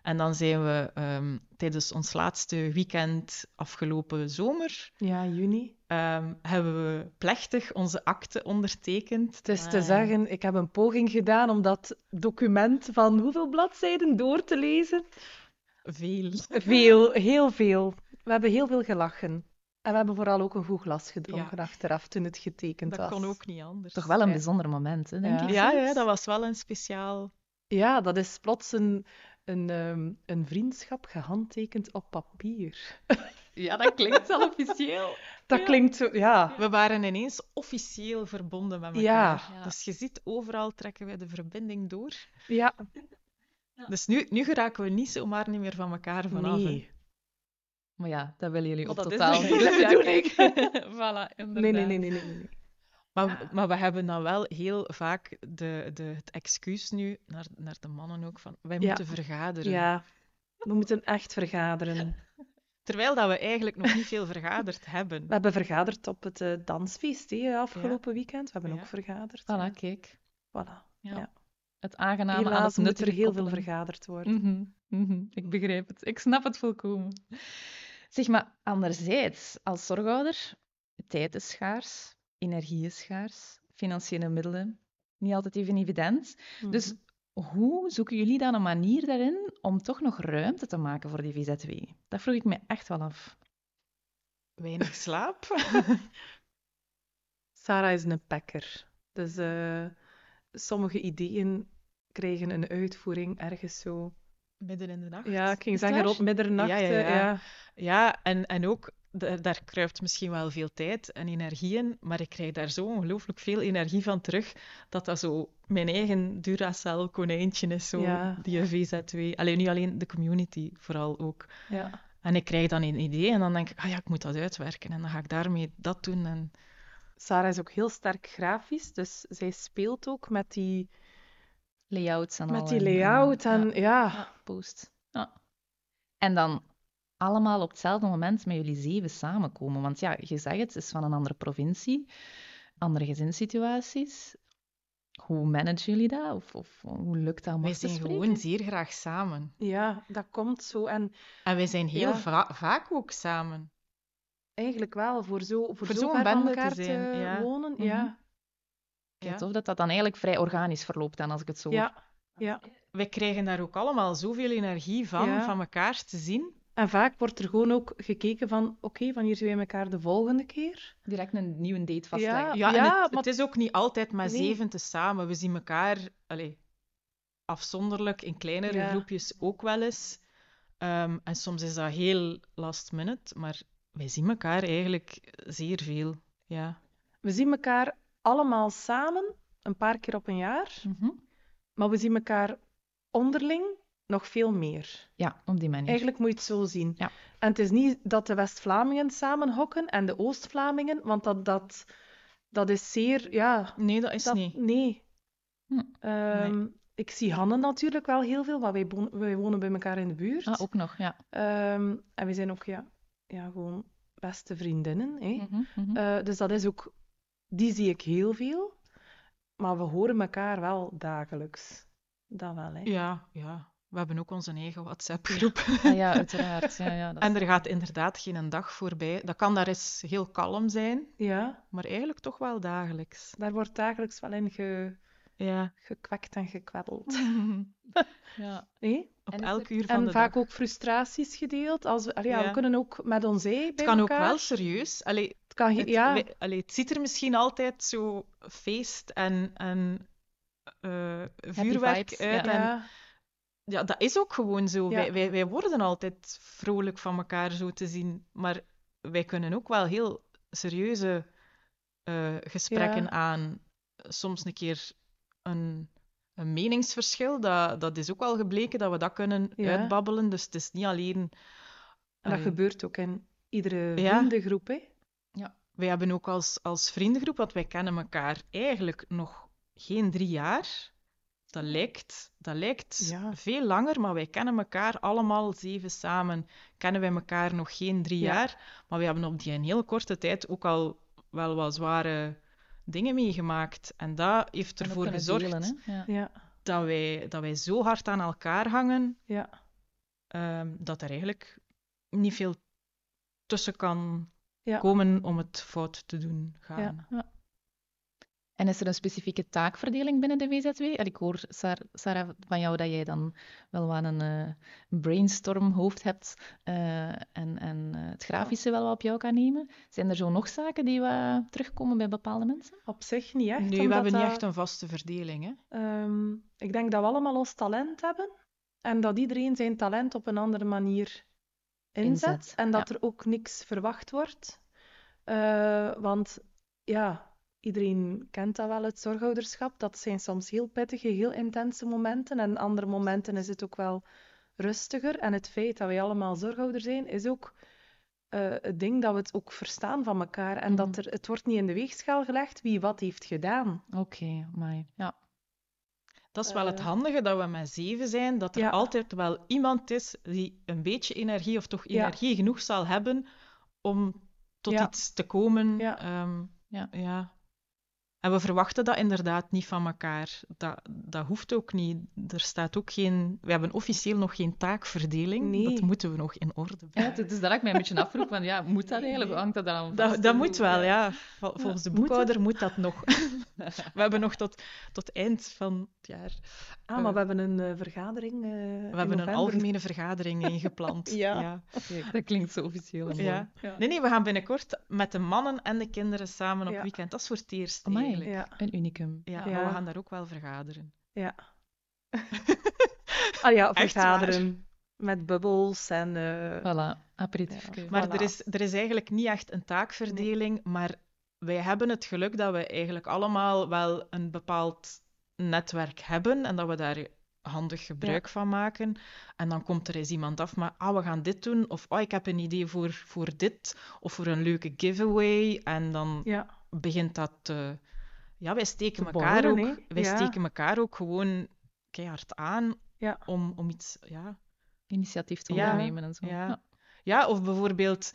[SPEAKER 2] En dan zijn we tijdens ons laatste weekend afgelopen zomer...
[SPEAKER 3] Ja, juni.
[SPEAKER 2] Hebben we plechtig onze akte ondertekend.
[SPEAKER 3] Het is te zeggen, ik heb een poging gedaan om dat document van hoeveel bladzijden door te lezen.
[SPEAKER 2] Veel.
[SPEAKER 3] Heel veel. We hebben heel veel gelachen. En we hebben vooral ook een goed glas gedronken achteraf toen het getekend was.
[SPEAKER 2] Dat kon ook niet anders.
[SPEAKER 1] Toch wel een bijzonder moment, hè, denk ik.
[SPEAKER 2] Ja, dat was wel een speciaal...
[SPEAKER 3] Ja, dat is plots een vriendschap gehandtekend op papier.
[SPEAKER 1] Ja, dat klinkt wel officieel.
[SPEAKER 3] Dat klinkt zo, ja.
[SPEAKER 2] We waren ineens officieel verbonden met elkaar. Ja. Dus je ziet, overal trekken wij de verbinding door.
[SPEAKER 3] Ja.
[SPEAKER 2] Dus nu geraken we niet zomaar niet meer van elkaar vanaf.
[SPEAKER 3] Nee.
[SPEAKER 1] Maar ja, dat willen jullie
[SPEAKER 2] Maar
[SPEAKER 1] op
[SPEAKER 2] dat
[SPEAKER 1] totaal
[SPEAKER 2] is
[SPEAKER 1] niet.
[SPEAKER 2] de
[SPEAKER 3] bedoeling.
[SPEAKER 2] Voilà, inderdaad.
[SPEAKER 3] Nee.
[SPEAKER 2] Maar we hebben dan wel heel vaak het excuus nu, naar de mannen ook, van wij moeten vergaderen.
[SPEAKER 3] Ja, we moeten echt vergaderen.
[SPEAKER 2] Terwijl dat we eigenlijk nog niet veel vergaderd hebben.
[SPEAKER 3] We hebben vergaderd op het dansfeest afgelopen weekend. We hebben ook vergaderd.
[SPEAKER 1] Voilà, kijk.
[SPEAKER 3] Voilà. Ja.
[SPEAKER 1] Het aangename
[SPEAKER 3] Helaas
[SPEAKER 1] aan het
[SPEAKER 3] moet
[SPEAKER 1] nuttige
[SPEAKER 3] er heel
[SPEAKER 1] koppelen.
[SPEAKER 3] veel vergaderd worden.
[SPEAKER 1] Ik begrijp het. Ik snap het volkomen. Zeg maar, anderzijds, als zorgouder, tijd is schaars, energie is schaars, financiële middelen, niet altijd even evident. Dus hoe zoeken jullie dan een manier daarin om toch nog ruimte te maken voor die VZW? Dat vroeg ik me echt wel af.
[SPEAKER 2] Weinig slaap.
[SPEAKER 3] Sarah is een pakker. Dus sommige ideeën krijgen een uitvoering ergens zo...
[SPEAKER 2] Midden in de nacht.
[SPEAKER 3] Ja, ik ging zeggen rond middernacht.
[SPEAKER 2] Ja, en ook, daar kruipt misschien wel veel tijd en energie in, maar ik krijg daar zo ongelooflijk veel energie van terug, dat zo mijn eigen Duracell-konijntje is, zo, die VZW. Allee, niet alleen de community, vooral ook.
[SPEAKER 3] Ja.
[SPEAKER 2] En ik krijg dan een idee en dan denk ik, ik moet dat uitwerken en dan ga ik daarmee dat doen. En...
[SPEAKER 3] Sarah is ook heel sterk grafisch, dus zij speelt ook met die...
[SPEAKER 1] layouts en
[SPEAKER 3] met die layout en
[SPEAKER 1] post. Ja. En dan allemaal op hetzelfde moment met jullie 7 samenkomen. Want ja, je zegt het is van een andere provincie, andere gezinssituaties. Hoe managen jullie dat? Of hoe lukt dat om
[SPEAKER 2] wij
[SPEAKER 1] af te
[SPEAKER 2] zijn
[SPEAKER 1] spreken?
[SPEAKER 2] gewoon zeer graag samen.
[SPEAKER 3] Ja, dat komt zo. En
[SPEAKER 2] wij zijn heel vaak ook samen.
[SPEAKER 3] Eigenlijk wel, voor zo ver
[SPEAKER 2] zo'n
[SPEAKER 3] van
[SPEAKER 2] bende
[SPEAKER 3] elkaar
[SPEAKER 2] te zijn,
[SPEAKER 3] wonen. Ja.
[SPEAKER 1] Ja, tof dat dat dan eigenlijk vrij organisch verloopt dan, als ik het zo hoor.
[SPEAKER 3] Ja.
[SPEAKER 2] Wij krijgen daar ook allemaal zoveel energie van elkaar te zien.
[SPEAKER 3] En vaak wordt er gewoon ook gekeken van, oké, wanneer zien wij elkaar de volgende keer?
[SPEAKER 1] Direct een nieuwe date vastleggen.
[SPEAKER 2] Ja, het is ook niet altijd met 7 te samen. We zien elkaar afzonderlijk in kleinere groepjes ook wel eens. En soms is dat heel last minute, maar wij zien elkaar eigenlijk zeer veel. Ja.
[SPEAKER 3] We zien elkaar allemaal samen, een paar keer op een jaar. Maar we zien elkaar onderling nog veel meer.
[SPEAKER 1] Ja, op die manier.
[SPEAKER 3] Eigenlijk moet je het zo zien.
[SPEAKER 1] Ja.
[SPEAKER 3] En het is niet dat de West-Vlamingen samen hokken en de Oost-Vlamingen, want dat is zeer... Ja,
[SPEAKER 2] nee, dat is niet.
[SPEAKER 3] Nee. Ik zie Hanne natuurlijk wel heel veel, maar wij wonen bij elkaar in de buurt.
[SPEAKER 1] Ah, ook nog, ja.
[SPEAKER 3] En we zijn ook gewoon beste vriendinnen. Hè. Dus dat is ook... Die zie ik heel veel. Maar we horen elkaar wel dagelijks. Dat wel, hè.
[SPEAKER 2] Ja. We hebben ook onze eigen WhatsApp-groep.
[SPEAKER 1] Ja, uiteraard. Ja, dat
[SPEAKER 2] en er gaat inderdaad geen dag voorbij. Dat kan daar eens heel kalm zijn.
[SPEAKER 3] Ja.
[SPEAKER 2] Maar eigenlijk toch wel dagelijks.
[SPEAKER 3] Daar wordt dagelijks wel in gekwekt en gekwebbeld.
[SPEAKER 1] Ja.
[SPEAKER 3] Nee?
[SPEAKER 2] Op elk uur van de dag.
[SPEAKER 3] En vaak ook frustraties gedeeld. We kunnen ook met ons bij elkaar.
[SPEAKER 2] Het kan ook wel serieus. Het ziet er misschien altijd zo feest en vuurwerk uit. Ja, dat is ook gewoon zo. Ja. Wij worden altijd vrolijk van elkaar zo te zien. Maar wij kunnen ook wel heel serieuze gesprekken aan. Soms een keer een meningsverschil. Dat is ook wel gebleken dat we dat kunnen uitbabbelen. Dus het is niet alleen...
[SPEAKER 3] En dat gebeurt ook in iedere vriendengroep, hè?
[SPEAKER 2] Ja. Wij hebben ook als vriendengroep, want wij kennen elkaar eigenlijk nog geen 3 jaar. Dat lijkt veel langer, maar wij kennen elkaar allemaal 7 samen. Kennen wij elkaar nog geen 3 jaar. Maar we hebben op die een heel korte tijd ook al wel wat zware dingen meegemaakt. En dat heeft ervoor gezorgd dat wij zo hard aan elkaar hangen.
[SPEAKER 3] Ja.
[SPEAKER 2] dat er eigenlijk niet veel tussen kan
[SPEAKER 3] Ja.
[SPEAKER 2] komen om het fout te doen gaan.
[SPEAKER 3] Ja.
[SPEAKER 1] En is er een specifieke taakverdeling binnen de VZW? Ik hoor, Sarah, van jou dat jij dan wel wat een brainstormhoofd hebt en het grafische wel wat op jou kan nemen. Zijn er zo nog zaken die wat terugkomen bij bepaalde mensen?
[SPEAKER 3] Op zich niet echt.
[SPEAKER 2] Nee, we
[SPEAKER 3] omdat
[SPEAKER 2] hebben niet
[SPEAKER 3] dat-
[SPEAKER 2] echt een vaste verdeling. Hè?
[SPEAKER 3] Ik denk dat we allemaal ons talent hebben en dat iedereen zijn talent op een andere manier inzet. En dat er ook niks verwacht wordt. Want ja, iedereen kent dat wel, het zorgouderschap. Dat zijn soms heel pittige, heel intense momenten. En andere momenten is het ook wel rustiger. En het feit dat wij allemaal zorgouder zijn, is ook het ding dat we het ook verstaan van elkaar. En dat het wordt niet in de weegschaal gelegd wie wat heeft gedaan.
[SPEAKER 1] Oké, maar ja.
[SPEAKER 2] Dat is wel het handige, dat we met 7 zijn, dat er
[SPEAKER 3] Ja.
[SPEAKER 2] altijd wel iemand is die een beetje energie, of toch
[SPEAKER 3] Ja.
[SPEAKER 2] energie genoeg zal hebben om tot
[SPEAKER 3] Ja.
[SPEAKER 2] iets te komen.
[SPEAKER 3] Ja.
[SPEAKER 2] Ja. En we verwachten dat inderdaad niet van elkaar. Dat hoeft ook niet. Er staat ook geen... We hebben officieel nog geen taakverdeling.
[SPEAKER 3] Nee.
[SPEAKER 2] Dat moeten we nog in orde brengen.
[SPEAKER 1] Ja, het is dat ik mij een beetje afvroeg van, ja, moet dat eigenlijk? Hangt dat dan aan vast?
[SPEAKER 2] Dat moet wel, ja. Volgens de
[SPEAKER 3] Moet
[SPEAKER 2] boekhouder moet dat nog. We hebben nog tot eind van het jaar.
[SPEAKER 3] Maar we hebben een vergadering
[SPEAKER 2] We hebben een algemene vergadering ingepland.
[SPEAKER 3] Ja.
[SPEAKER 1] Kijk, dat klinkt zo officieel. en
[SPEAKER 2] Ja.
[SPEAKER 1] mooi.
[SPEAKER 2] Nee, we gaan binnenkort met de mannen en de kinderen samen op
[SPEAKER 3] Ja.
[SPEAKER 2] weekend. Dat is voor het eerst
[SPEAKER 1] Amai.
[SPEAKER 2] eigenlijk.
[SPEAKER 3] Ja.
[SPEAKER 1] Een unicum.
[SPEAKER 2] Ja,
[SPEAKER 3] Ja.
[SPEAKER 2] maar we gaan daar ook wel vergaderen.
[SPEAKER 3] Ja. Ja,
[SPEAKER 2] Echt
[SPEAKER 3] vergaderen. Met bubbels en...
[SPEAKER 1] Voilà, aperitiefje.
[SPEAKER 3] Ja.
[SPEAKER 2] Maar
[SPEAKER 3] Voilà.
[SPEAKER 2] er is eigenlijk niet echt een taakverdeling, maar wij hebben het geluk dat we eigenlijk allemaal wel een bepaald netwerk hebben en dat we daar handig gebruik van maken. En dan komt er eens iemand af, maar we gaan dit doen, of ik heb een idee voor dit, of voor een leuke giveaway. En dan
[SPEAKER 3] Ja.
[SPEAKER 2] begint dat te... Ja, wij steken
[SPEAKER 3] Te
[SPEAKER 2] elkaar
[SPEAKER 3] borrelen,
[SPEAKER 2] ook,
[SPEAKER 3] hè?
[SPEAKER 2] wij
[SPEAKER 3] Ja.
[SPEAKER 2] steken elkaar ook gewoon keihard aan
[SPEAKER 3] Ja.
[SPEAKER 2] om iets... Ja,
[SPEAKER 1] Initiatief te
[SPEAKER 2] Ja.
[SPEAKER 1] ondernemen en zo.
[SPEAKER 2] Ja. Ja, of bijvoorbeeld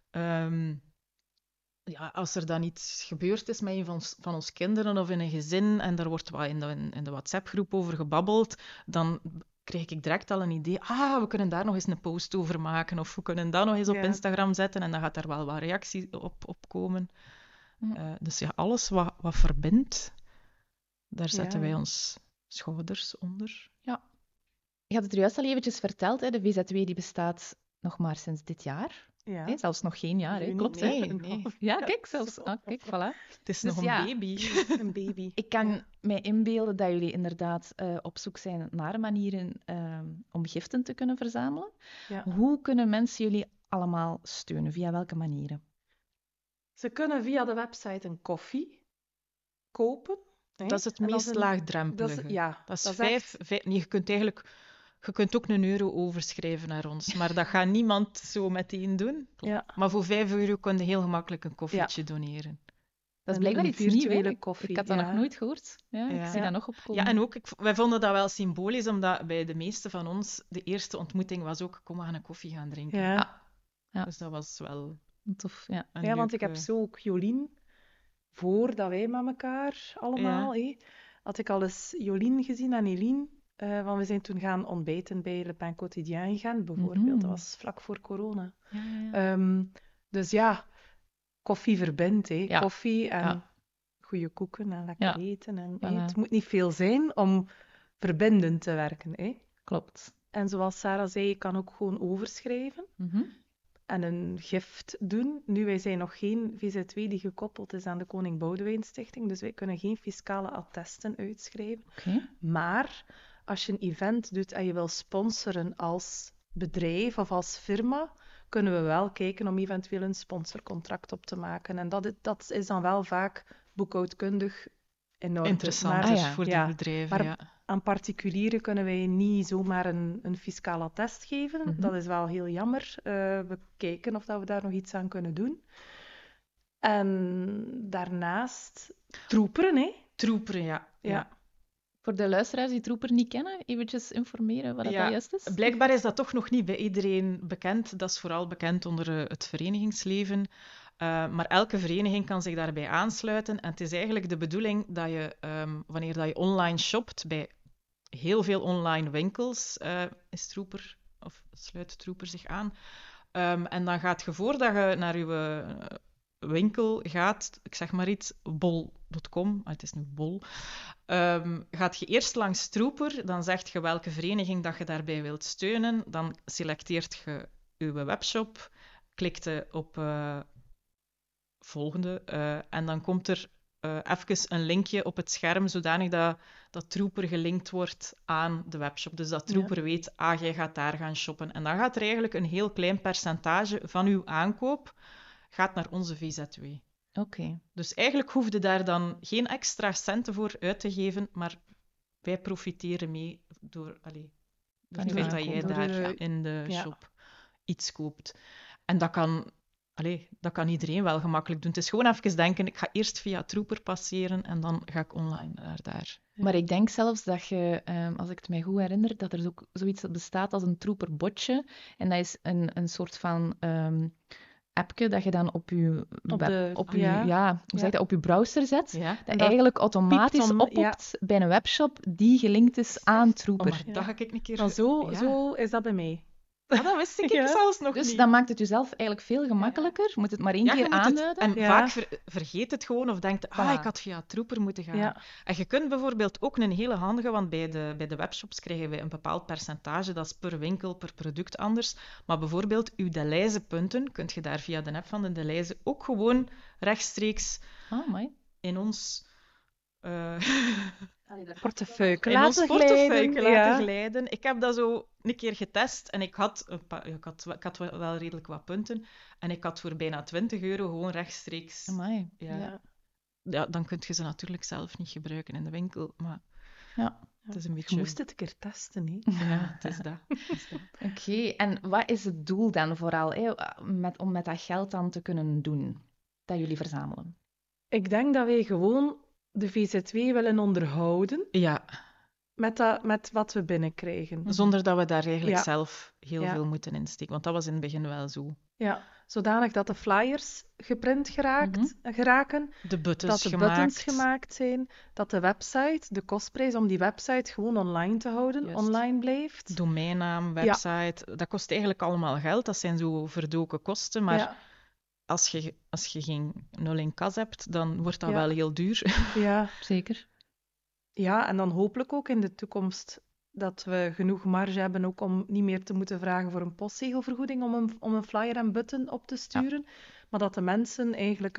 [SPEAKER 2] als er dan iets gebeurd is met een van ons kinderen of in een gezin en daar wordt wat in de WhatsApp-groep over gebabbeld, dan krijg ik direct al een idee. We kunnen daar nog eens een post over maken of we kunnen dat nog eens op
[SPEAKER 3] Ja.
[SPEAKER 2] Instagram zetten en dan gaat daar wel wat reactie op komen.
[SPEAKER 1] Ja.
[SPEAKER 2] Dus ja, alles wat verbindt, daar zetten
[SPEAKER 3] Ja.
[SPEAKER 2] wij ons schouders onder.
[SPEAKER 1] Je had het er juist al eventjes verteld, hè? De VZW die bestaat nog maar sinds dit jaar.
[SPEAKER 3] Ja.
[SPEAKER 1] Hè? Zelfs nog geen jaar, hè?
[SPEAKER 3] Nee,
[SPEAKER 1] Klopt,
[SPEAKER 3] nee,
[SPEAKER 1] hè?
[SPEAKER 2] Nee.
[SPEAKER 1] Ja, kijk, zelfs... kijk, voilà.
[SPEAKER 2] Het is
[SPEAKER 1] Dus
[SPEAKER 2] nog
[SPEAKER 1] ja.
[SPEAKER 2] een baby.
[SPEAKER 3] Een baby.
[SPEAKER 1] Ik kan mij inbeelden dat jullie inderdaad op zoek zijn naar manieren om giften te kunnen verzamelen.
[SPEAKER 3] Ja.
[SPEAKER 1] Hoe kunnen mensen jullie allemaal steunen? Via welke manieren?
[SPEAKER 3] Ze kunnen via de website een koffie kopen. Hè?
[SPEAKER 2] Dat is het
[SPEAKER 3] En
[SPEAKER 2] meest
[SPEAKER 3] een-
[SPEAKER 2] laagdrempelige.
[SPEAKER 3] Ja,
[SPEAKER 2] Dat is
[SPEAKER 3] echt-
[SPEAKER 2] vijf. Nee, je kunt ook €1 overschrijven naar ons, maar dat gaat niemand zo meteen doen.
[SPEAKER 3] Ja.
[SPEAKER 2] Maar voor €5 kun je heel gemakkelijk een koffietje doneren.
[SPEAKER 1] Dat is
[SPEAKER 3] Een-
[SPEAKER 1] blijkbaar
[SPEAKER 3] een
[SPEAKER 1] iets nieuws, hè?
[SPEAKER 3] virtuele koffie,
[SPEAKER 1] Ik had dat
[SPEAKER 3] ja.
[SPEAKER 1] nog nooit gehoord. Ja, ik
[SPEAKER 2] Ja.
[SPEAKER 1] zie dat nog opkomen.
[SPEAKER 2] Ja, en ook, wij vonden dat wel symbolisch, omdat bij de meeste van ons de eerste ontmoeting was ook, kom, we gaan een koffie gaan drinken.
[SPEAKER 3] Ja.
[SPEAKER 1] Ja.
[SPEAKER 2] Dus dat was wel
[SPEAKER 1] Tof, ja.
[SPEAKER 2] een
[SPEAKER 3] Ja, want ik
[SPEAKER 2] leuke-
[SPEAKER 3] heb zo ook Jolien, voordat wij met elkaar allemaal, had ik al eens Jolien gezien en Eline. Want we zijn toen gaan ontbijten bij Le Pain Quotidien in Gent, bijvoorbeeld.
[SPEAKER 1] Mhm.
[SPEAKER 3] Dat was vlak voor corona.
[SPEAKER 1] Ja, ja, ja.
[SPEAKER 3] Dus ja, koffie verbindt, hè.
[SPEAKER 1] Ja.
[SPEAKER 3] Koffie en
[SPEAKER 1] Ja.
[SPEAKER 3] goede koeken en lekker
[SPEAKER 1] Ja.
[SPEAKER 3] eten. En,
[SPEAKER 1] Voilà.
[SPEAKER 3] Het moet niet veel zijn om verbindend te werken, hè.
[SPEAKER 1] Klopt.
[SPEAKER 3] En zoals Sarah zei, je kan ook gewoon overschrijven
[SPEAKER 1] Mhm.
[SPEAKER 3] en een gift doen. Nu, wij zijn nog geen VZW die gekoppeld is aan de Koning Boudewijn Stichting, dus wij kunnen geen fiscale attesten uitschrijven.
[SPEAKER 1] Oké.
[SPEAKER 3] Maar als je een event doet en je wil sponsoren als bedrijf of als firma, kunnen we wel kijken om eventueel een sponsorcontract op te maken. En dat is dan wel vaak boekhoudkundig in orde.
[SPEAKER 2] interessanter
[SPEAKER 3] Maar
[SPEAKER 1] Ah, ja.
[SPEAKER 2] voor de
[SPEAKER 3] Ja.
[SPEAKER 2] bedrijven.
[SPEAKER 3] Maar-
[SPEAKER 2] Ja.
[SPEAKER 3] aan particulieren kunnen wij niet zomaar een fiscaal attest geven.
[SPEAKER 1] Mhm.
[SPEAKER 3] Dat is wel heel jammer. We kijken of dat we daar nog iets aan kunnen doen. En daarnaast troeperen, hè?
[SPEAKER 2] Troeperen, ja.
[SPEAKER 3] Ja.
[SPEAKER 1] Voor de luisteraars die Troeper niet kennen, eventjes informeren wat dat
[SPEAKER 2] Ja,
[SPEAKER 1] juist is.
[SPEAKER 2] Blijkbaar is dat toch nog niet bij iedereen bekend. Dat is vooral bekend onder het verenigingsleven. Maar elke vereniging kan zich daarbij aansluiten. En het is eigenlijk de bedoeling dat je, wanneer dat je online shopt, bij heel veel online winkels is Troeper of sluit Trooper zich aan. En dan gaat je, voordat je naar je winkel gaat, ik zeg maar iets, bol.com, het is nu bol, gaat je eerst langs Trooper, dan zegt je welke vereniging dat je daarbij wilt steunen, dan selecteert je je webshop, klikt je op volgende en dan komt er even een linkje op het scherm, zodanig dat Trooper gelinkt wordt aan de webshop. Dus dat Trooper weet, jij gaat daar gaan shoppen. En dan gaat er eigenlijk een heel klein percentage van uw aankoop gaat naar onze VZW.
[SPEAKER 1] Oké.
[SPEAKER 2] Dus eigenlijk hoef je daar dan geen extra centen voor uit te geven, maar wij profiteren mee door het feit dat jij daar in de shop iets koopt. En dat kan iedereen wel gemakkelijk doen. Het is gewoon even denken, ik ga eerst via Trooper passeren en dan ga ik online naar daar.
[SPEAKER 1] Maar ik denk zelfs dat je, als ik het mij goed herinner, dat er ook zoiets bestaat als een Trooper-botje. En dat is een soort van appje dat je dan op je op je browser zet.
[SPEAKER 2] Ja.
[SPEAKER 1] Dat eigenlijk automatisch oppopt bij een webshop die gelinkt is aan Trooper.
[SPEAKER 2] Maar dat ga ik een keer...
[SPEAKER 3] Maar zo is dat bij mij.
[SPEAKER 2] Dat wist ik zelfs nog
[SPEAKER 1] dus
[SPEAKER 2] niet.
[SPEAKER 1] dan maakt het jezelf eigenlijk veel gemakkelijker. Je moet het maar één keer aanduiden.
[SPEAKER 2] En vaak vergeet het gewoon of denkt, ik had via Trooper moeten gaan.
[SPEAKER 3] Ja.
[SPEAKER 2] En je kunt bijvoorbeeld ook een hele handige, want bij de webshops krijgen wij een bepaald percentage, dat is per winkel, per product anders. Maar bijvoorbeeld uw Delhaize-punten kunt je daar via de app van de Delhaize ook gewoon rechtstreeks in ons...
[SPEAKER 3] portefeuille
[SPEAKER 2] laten glijden. Ik heb dat zo een keer getest en ik had wel redelijk wat punten. En ik had voor bijna €20 gewoon rechtstreeks...
[SPEAKER 1] Amai.
[SPEAKER 2] Ja, dan kun je ze natuurlijk zelf niet gebruiken in de winkel. Maar het is een beetje...
[SPEAKER 3] Je moest het een keer testen, hè?
[SPEAKER 2] Ja, het is dat.
[SPEAKER 1] Oké, en wat is het doel dan vooral om met dat geld dan te kunnen doen dat jullie verzamelen?
[SPEAKER 3] Ik denk dat wij gewoon de VZW willen onderhouden.
[SPEAKER 2] Ja.
[SPEAKER 3] Met wat we binnenkrijgen.
[SPEAKER 2] Zonder dat we daar eigenlijk zelf heel veel moeten insteken. Want dat was in het begin wel zo.
[SPEAKER 3] Ja, zodanig dat de flyers geprint geraken.
[SPEAKER 2] De buttons
[SPEAKER 3] dat de buttons gemaakt zijn. Dat de website, de kostprijs om die website gewoon online te houden, online blijft.
[SPEAKER 2] Domeinnaam, website, dat kost eigenlijk allemaal geld. Dat zijn zo verdoken kosten, maar... Als je geen nul in kas hebt, dan wordt dat wel heel duur.
[SPEAKER 3] Ja,
[SPEAKER 1] zeker.
[SPEAKER 3] Ja, en dan hopelijk ook in de toekomst dat we genoeg marge hebben ook om niet meer te moeten vragen voor een postzegelvergoeding om een flyer en button op te sturen. Ja. Maar dat de mensen eigenlijk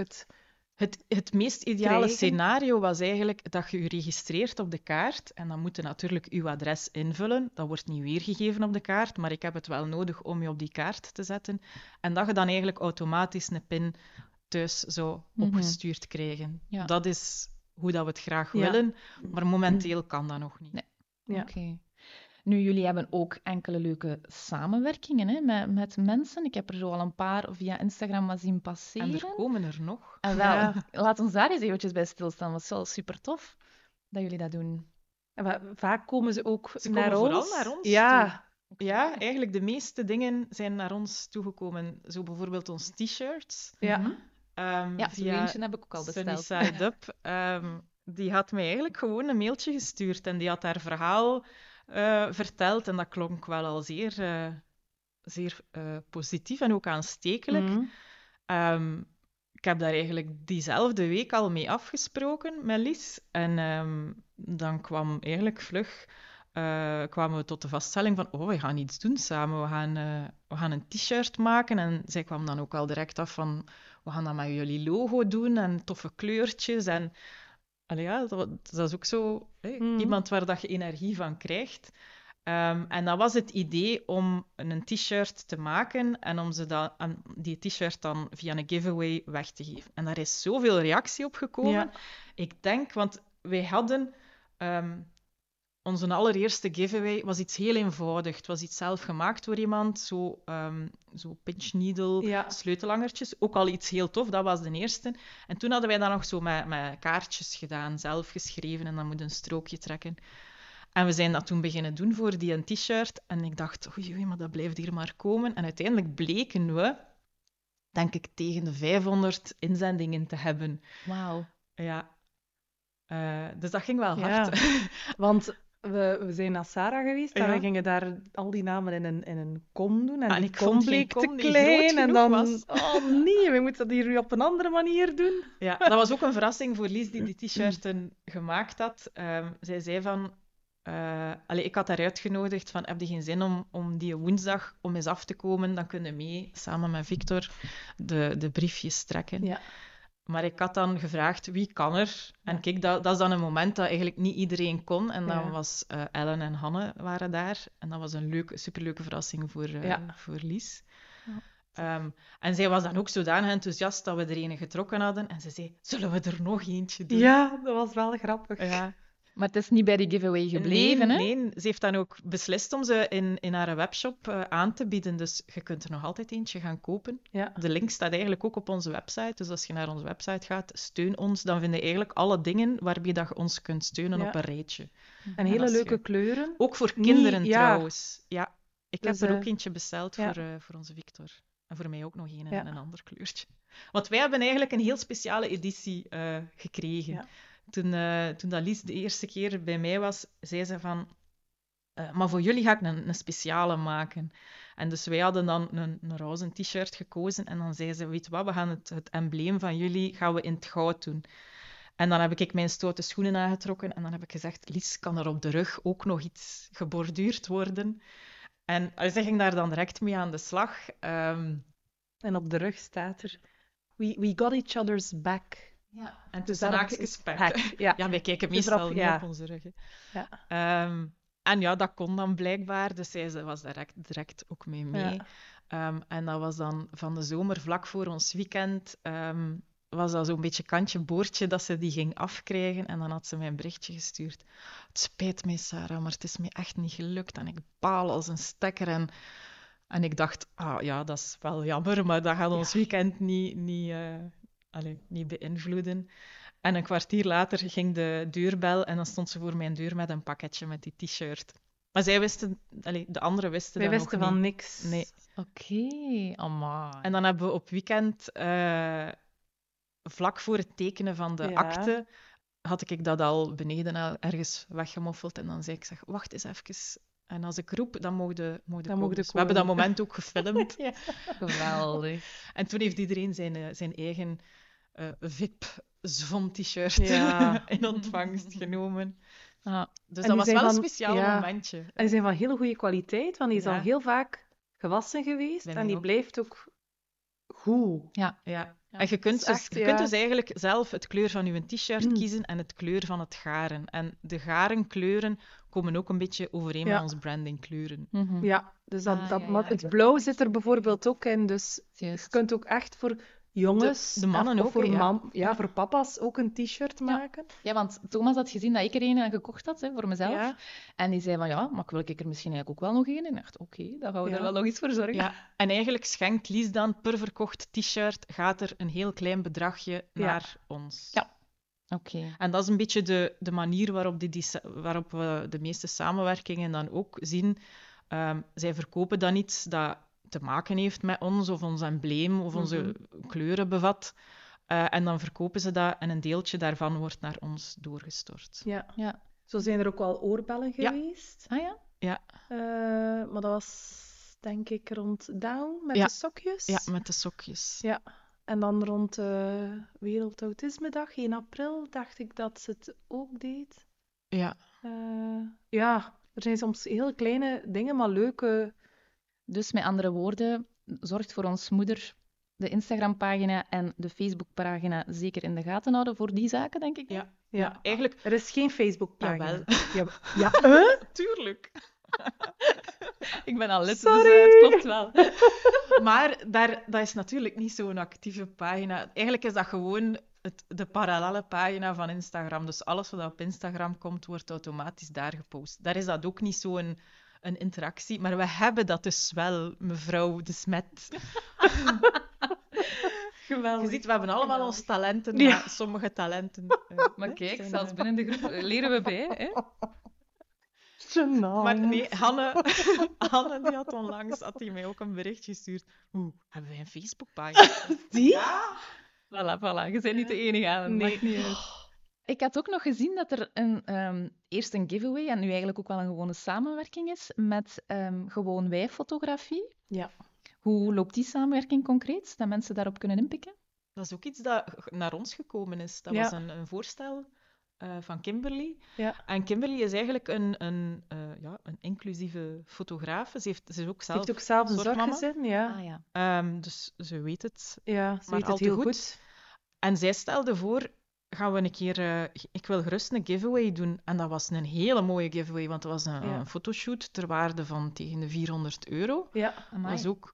[SPEAKER 2] het meest ideale scenario was eigenlijk dat je je registreert op de kaart en dan moet je natuurlijk uw adres invullen. Dat wordt niet weergegeven op de kaart, maar ik heb het wel nodig om je op die kaart te zetten. En dat je dan eigenlijk automatisch een pin thuis zou opgestuurd krijgen. Ja. Dat is hoe dat we het graag willen, maar momenteel kan dat nog niet.
[SPEAKER 1] Nee. Ja. Oké. Nu, jullie hebben ook enkele leuke samenwerkingen met mensen. Ik heb er zo al een paar via Instagram wat zien passeren.
[SPEAKER 2] En er komen er nog.
[SPEAKER 1] En wel, laat ons daar eens eventjes bij stilstaan. Dat is wel super tof dat jullie dat doen.
[SPEAKER 3] En vaak komen ze ook
[SPEAKER 2] naar ons. Vooral naar ons.
[SPEAKER 3] Ja.
[SPEAKER 2] Ja, eigenlijk de meeste dingen zijn naar ons toegekomen. Zo bijvoorbeeld ons t-shirts.
[SPEAKER 3] Ja.
[SPEAKER 1] Via eentje heb ik ook al besteld.
[SPEAKER 2] Sunny Side Up. Die had mij eigenlijk gewoon een mailtje gestuurd en die had haar verhaal verteld. En dat klonk wel al zeer positief en ook aanstekelijk. Mm-hmm. Ik heb daar eigenlijk diezelfde week al mee afgesproken met Lies. En dan kwam eigenlijk vlug... kwamen we tot de vaststelling van, we gaan iets doen samen. We gaan een t-shirt maken. En zij kwam dan ook al direct af van, we gaan dat met jullie logo doen en toffe kleurtjes. En dat is ook zo iemand waar dat je energie van krijgt. En dat was het idee om een t-shirt te maken en om die t-shirt dan via een giveaway weg te geven. En daar is zoveel reactie op gekomen. Ja. Ik denk, want wij hadden... Onze allereerste giveaway was iets heel eenvoudig. Het was iets zelf gemaakt door iemand, zo pinch needle, sleutelhangertjes. Ook al iets heel tof, dat was de eerste. En toen hadden wij dat nog zo met kaartjes gedaan, zelf geschreven en dan moet je een strookje trekken. En we zijn dat toen beginnen doen voor die een t-shirt. En ik dacht, oei, maar dat blijft hier maar komen. En uiteindelijk bleken we, denk ik, tegen de 500 inzendingen te hebben.
[SPEAKER 1] Wauw.
[SPEAKER 2] Ja. Dus dat ging wel hard.
[SPEAKER 3] Want... We zijn naar Sarah geweest en we gingen daar al die namen in een kom doen. En die
[SPEAKER 2] ik
[SPEAKER 3] kom
[SPEAKER 2] vond
[SPEAKER 3] bleek
[SPEAKER 2] geen
[SPEAKER 3] te
[SPEAKER 2] kom die
[SPEAKER 3] klein.
[SPEAKER 2] groot
[SPEAKER 3] En
[SPEAKER 2] genoeg
[SPEAKER 3] dan...
[SPEAKER 2] was.
[SPEAKER 3] Oh nee, we moeten dat hier op een andere manier doen.
[SPEAKER 2] Ja, dat was ook een verrassing voor Lies die t-shirten gemaakt had. Zij zei van... ik had haar uitgenodigd van, heb je geen zin om die woensdag om eens af te komen? Dan kunnen we mee, samen met Victor, de briefjes trekken.
[SPEAKER 3] Ja.
[SPEAKER 2] Maar ik had dan gevraagd, wie kan er? En kijk, dat is dan een moment dat eigenlijk niet iedereen kon. En dan was Ellen en Hanne waren daar. En dat was een superleuke verrassing voor Lies. Ja. En zij was dan ook zodanig enthousiast dat we er een getrokken hadden. En ze zei, zullen we er nog eentje doen?
[SPEAKER 3] Ja, dat was wel grappig.
[SPEAKER 2] Ja.
[SPEAKER 1] Maar het is niet bij die giveaway gebleven, hè?
[SPEAKER 2] Nee, ze heeft dan ook beslist om ze in haar webshop aan te bieden. Dus je kunt er nog altijd eentje gaan kopen.
[SPEAKER 3] Ja.
[SPEAKER 2] De link staat eigenlijk ook op onze website. Dus als je naar onze website gaat, steun ons. Dan vind je eigenlijk alle dingen waarbij dat je ons kunt steunen op een rijtje.
[SPEAKER 3] En hele leuke kleuren.
[SPEAKER 2] Ook voor kinderen trouwens. Ja, ik heb er ook eentje besteld voor onze Victor. En voor mij ook nog een in een ander kleurtje. Want wij hebben eigenlijk een heel speciale editie gekregen. Ja. Toen dat Lies de eerste keer bij mij was, zei ze van... maar voor jullie ga ik een speciale maken. En dus wij hadden dan een roze t-shirt gekozen. En dan zei ze, weet je wat, we gaan het embleem van jullie gaan we in het goud doen. En dan heb ik mijn stoute schoenen aangetrokken. En dan heb ik gezegd, Lies, kan er op de rug ook nog iets geborduurd worden? En zij ging daar dan direct mee aan de slag.
[SPEAKER 3] En op de rug staat er... We got each other's back.
[SPEAKER 2] Ja, en tussen haakjes pack.
[SPEAKER 3] Ja,
[SPEAKER 2] wij kijken meestal niet op onze rug.
[SPEAKER 3] Ja.
[SPEAKER 2] En ja, dat kon dan blijkbaar. Dus zij was direct ook mee. Ja. En dat was dan van de zomer, vlak voor ons weekend, was dat zo'n beetje kantje boordje dat ze die ging afkrijgen. En dan had ze mij een berichtje gestuurd. Het spijt me, Sarah, maar het is me echt niet gelukt. En ik baal als een stekker. En ik dacht, dat is wel jammer, maar dat gaat ons weekend niet beïnvloeden. En een kwartier later ging de deurbel en dan stond ze voor mijn deur met een pakketje met die t-shirt. Maar zij wisten, de anderen wisten dat nog niet.
[SPEAKER 3] Wij wisten van niks.
[SPEAKER 2] Nee.
[SPEAKER 1] Oké, amai.
[SPEAKER 2] En dan hebben we op weekend, vlak voor het tekenen van de akte, had ik dat al beneden ergens weggemoffeld. En dan zei ik, zeg, wacht eens even. En als ik roep, dan mogen de komen. Dus we hebben dat moment ook gefilmd.
[SPEAKER 1] Ja. Geweldig.
[SPEAKER 2] En toen heeft iedereen zijn eigen VIP-zvon-t-shirt in ontvangst genomen. Dus dat was wel een speciaal momentje.
[SPEAKER 3] En die zijn van hele goede kwaliteit, want die is al heel vaak gewassen geweest. En die blijft ook goed.
[SPEAKER 2] Ja. En je kunt dus eigenlijk zelf het kleur van je t-shirt kiezen en het kleur van het garen. En de garenkleuren komen ook een beetje overeen met onze brandingkleuren.
[SPEAKER 3] Mm-hmm. Ja, dus het blauw zit er bijvoorbeeld ook in. Dus je kunt ook echt voor jongens...
[SPEAKER 2] De mannen ook,
[SPEAKER 3] voor papa's ook een t-shirt maken.
[SPEAKER 1] Ja, want Thomas had gezien dat ik er een gekocht had voor mezelf. Ja. En die zei van, maar wil ik er misschien eigenlijk ook wel nog een? En ik dacht, oké, dan gaan we er wel nog iets voor zorgen.
[SPEAKER 2] Ja. En eigenlijk schenkt Lies dan per verkocht t-shirt, gaat er een heel klein bedragje naar ons.
[SPEAKER 1] Ja. Oké.
[SPEAKER 2] En dat is een beetje de manier waarop we de meeste samenwerkingen dan ook zien. Zij verkopen dan iets dat te maken heeft met ons, of ons embleem, of onze kleuren bevat. En dan verkopen ze dat en een deeltje daarvan wordt naar ons doorgestort.
[SPEAKER 3] Ja. Zo zijn er ook wel oorbellen geweest.
[SPEAKER 1] Ah ja?
[SPEAKER 2] Ja.
[SPEAKER 3] Maar dat was, denk ik, rond Down met de sokjes.
[SPEAKER 2] Ja, met de sokjes.
[SPEAKER 3] Ja. En dan rond Wereld Autismedag, 1 april, dacht ik dat ze het ook deed.
[SPEAKER 2] Ja.
[SPEAKER 3] Er zijn soms heel kleine dingen, maar leuke...
[SPEAKER 1] Dus met andere woorden, zorgt voor ons moeder de Instagram-pagina en de Facebook-pagina zeker in de gaten houden voor die zaken, denk ik.
[SPEAKER 2] Ja, eigenlijk...
[SPEAKER 3] Er is geen Facebook-pagina.
[SPEAKER 2] Ja, tuurlijk.
[SPEAKER 1] Ik ben al lid, dus het klopt wel.
[SPEAKER 2] Maar dat is natuurlijk niet zo'n actieve pagina. Eigenlijk is dat gewoon de parallelle pagina van Instagram. Dus alles wat op Instagram komt, wordt automatisch daar gepost. Daar is dat ook niet zo'n een interactie. Maar we hebben dat dus wel, mevrouw de Smet.
[SPEAKER 3] Geweldig.
[SPEAKER 2] Je ziet, we hebben allemaal onze talenten, maar sommige talenten...
[SPEAKER 1] maar kijk, zelfs binnen de groep leren we bij, hè?
[SPEAKER 2] Maar nee, Hanne die had onlangs mij ook een berichtje gestuurd. Hebben wij een Facebookpagina?
[SPEAKER 3] Die?
[SPEAKER 2] Ja.
[SPEAKER 1] Voilà. Je bent niet de enige aan.
[SPEAKER 3] Nee.
[SPEAKER 1] Ik had ook nog gezien dat er eerst een giveaway en nu eigenlijk ook wel een gewone samenwerking is met gewoon wijffotografie.
[SPEAKER 3] Ja.
[SPEAKER 1] Hoe loopt die samenwerking concreet, dat mensen daarop kunnen inpikken?
[SPEAKER 2] Dat is ook iets dat naar ons gekomen is. Dat was een voorstel van Kimberly.
[SPEAKER 3] Ja.
[SPEAKER 2] En Kimberly is eigenlijk een inclusieve fotograaf. Ze heeft ook zelf
[SPEAKER 3] een
[SPEAKER 2] zorgmama.
[SPEAKER 3] zorggezin, ja.
[SPEAKER 2] Dus ze weet het.
[SPEAKER 3] Ja, ze
[SPEAKER 2] maar
[SPEAKER 3] weet het heel goed.
[SPEAKER 2] En zij stelde voor, gaan we een keer... ik wil gerust een giveaway doen. En dat was een hele mooie giveaway, want dat was een fotoshoot ter waarde van tegen de €400.
[SPEAKER 3] Ja,
[SPEAKER 2] dat was ook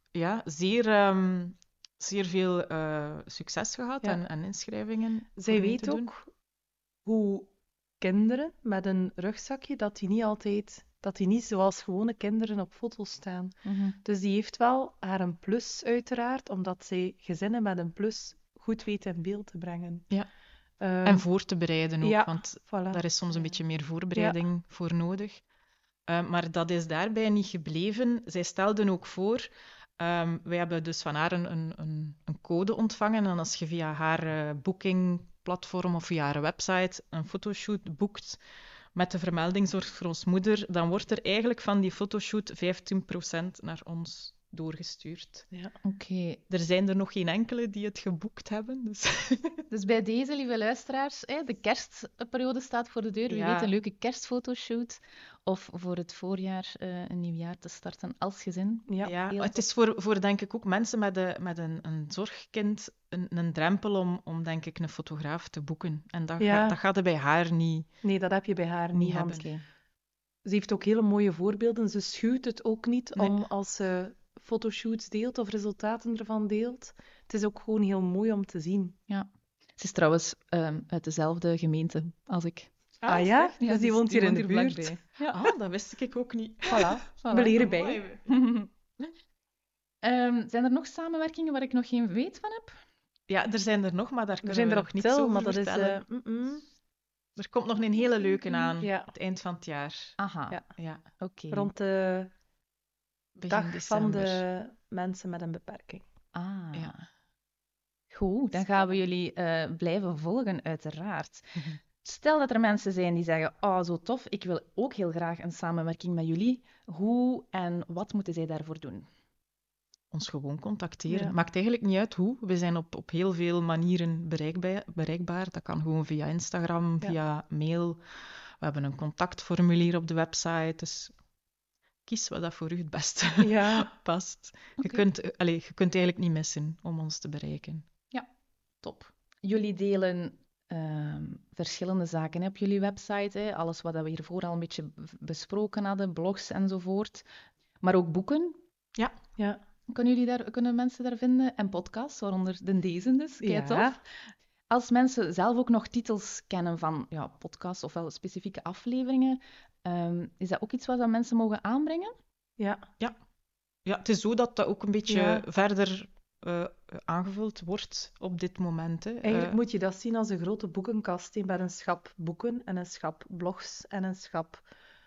[SPEAKER 2] zeer veel succes gehad en inschrijvingen.
[SPEAKER 3] Zij weet ook hoe kinderen met een rugzakje, dat die niet zoals gewone kinderen op foto's staan.
[SPEAKER 1] Mm-hmm.
[SPEAKER 3] Dus die heeft wel haar een plus uiteraard, omdat zij gezinnen met een plus goed weet in beeld te brengen.
[SPEAKER 2] Ja. En voor te bereiden ook, want
[SPEAKER 3] voilà.
[SPEAKER 2] daar is soms een beetje meer voorbereiding voor nodig. Maar dat is daarbij niet gebleven. Zij stelden ook voor... wij hebben dus van haar een code ontvangen. En als je via haar boekingplatform of via haar website een fotoshoot boekt met de vermelding Zorg voor ons moeder, dan wordt er eigenlijk van die fotoshoot 15% naar ons doorgestuurd.
[SPEAKER 3] Ja.
[SPEAKER 1] Oké.
[SPEAKER 2] Er zijn er nog geen enkele die het geboekt hebben.
[SPEAKER 1] Dus bij deze, lieve luisteraars, de kerstperiode staat voor de deur. Wie weet een leuke kerstfotoshoot. Of voor het voorjaar een nieuw jaar te starten als gezin.
[SPEAKER 2] Ja, het is voor denk ik ook mensen met een zorgkind een drempel om denk ik een fotograaf te boeken. En dat gaat er bij haar niet.
[SPEAKER 3] Nee, dat heb je bij haar niet hebben. Ze heeft ook hele mooie voorbeelden. Ze schuwt het ook niet om als ze fotoshoots deelt of resultaten ervan deelt. Het is ook gewoon heel mooi om te zien.
[SPEAKER 1] Ja. Ze is trouwens uit dezelfde gemeente als ik.
[SPEAKER 3] Ah ja? Dus die woont hier in de buurt.
[SPEAKER 2] Ja. Ah, dat wist ik ook niet.
[SPEAKER 3] Voilà. We leren bij.
[SPEAKER 1] Zijn er nog samenwerkingen waar ik nog geen weet van heb?
[SPEAKER 2] Ja, er zijn er nog, maar daar kunnen we nog niet zo over vertellen. Er komt nog een hele leuke aan, het eind van het jaar.
[SPEAKER 1] Aha, ja. Oké.
[SPEAKER 3] Rond de dag van de mensen met een beperking.
[SPEAKER 1] Ah, ja. Goed, dan gaan we jullie blijven volgen, uiteraard. Stel dat er mensen zijn die zeggen, oh, zo tof, ik wil ook heel graag een samenwerking met jullie. Hoe en wat moeten zij daarvoor doen?
[SPEAKER 2] Ons gewoon contacteren. Maakt eigenlijk niet uit hoe. We zijn op heel veel manieren bereikbaar. Dat kan gewoon via Instagram, via mail. We hebben een contactformulier op de website. Dus kies wat dat voor u het beste past. Okay. Je kunt eigenlijk niet missen om ons te bereiken.
[SPEAKER 1] Ja, top. Jullie delen verschillende zaken op jullie website. Alles wat we hiervoor al een beetje besproken hadden, blogs enzovoort. Maar ook boeken.
[SPEAKER 3] Ja.
[SPEAKER 1] Kunnen mensen daar vinden? En podcasts, waaronder deze dus. Kijk, tof. Als mensen zelf ook nog titels kennen van podcasts of wel specifieke afleveringen, is dat ook iets wat mensen mogen aanbrengen?
[SPEAKER 3] Ja,
[SPEAKER 2] het is zo dat ook een beetje verder aangevuld wordt op dit moment.
[SPEAKER 3] Eigenlijk moet je dat zien als een grote boekenkast met een schap boeken en een schap blogs en een schap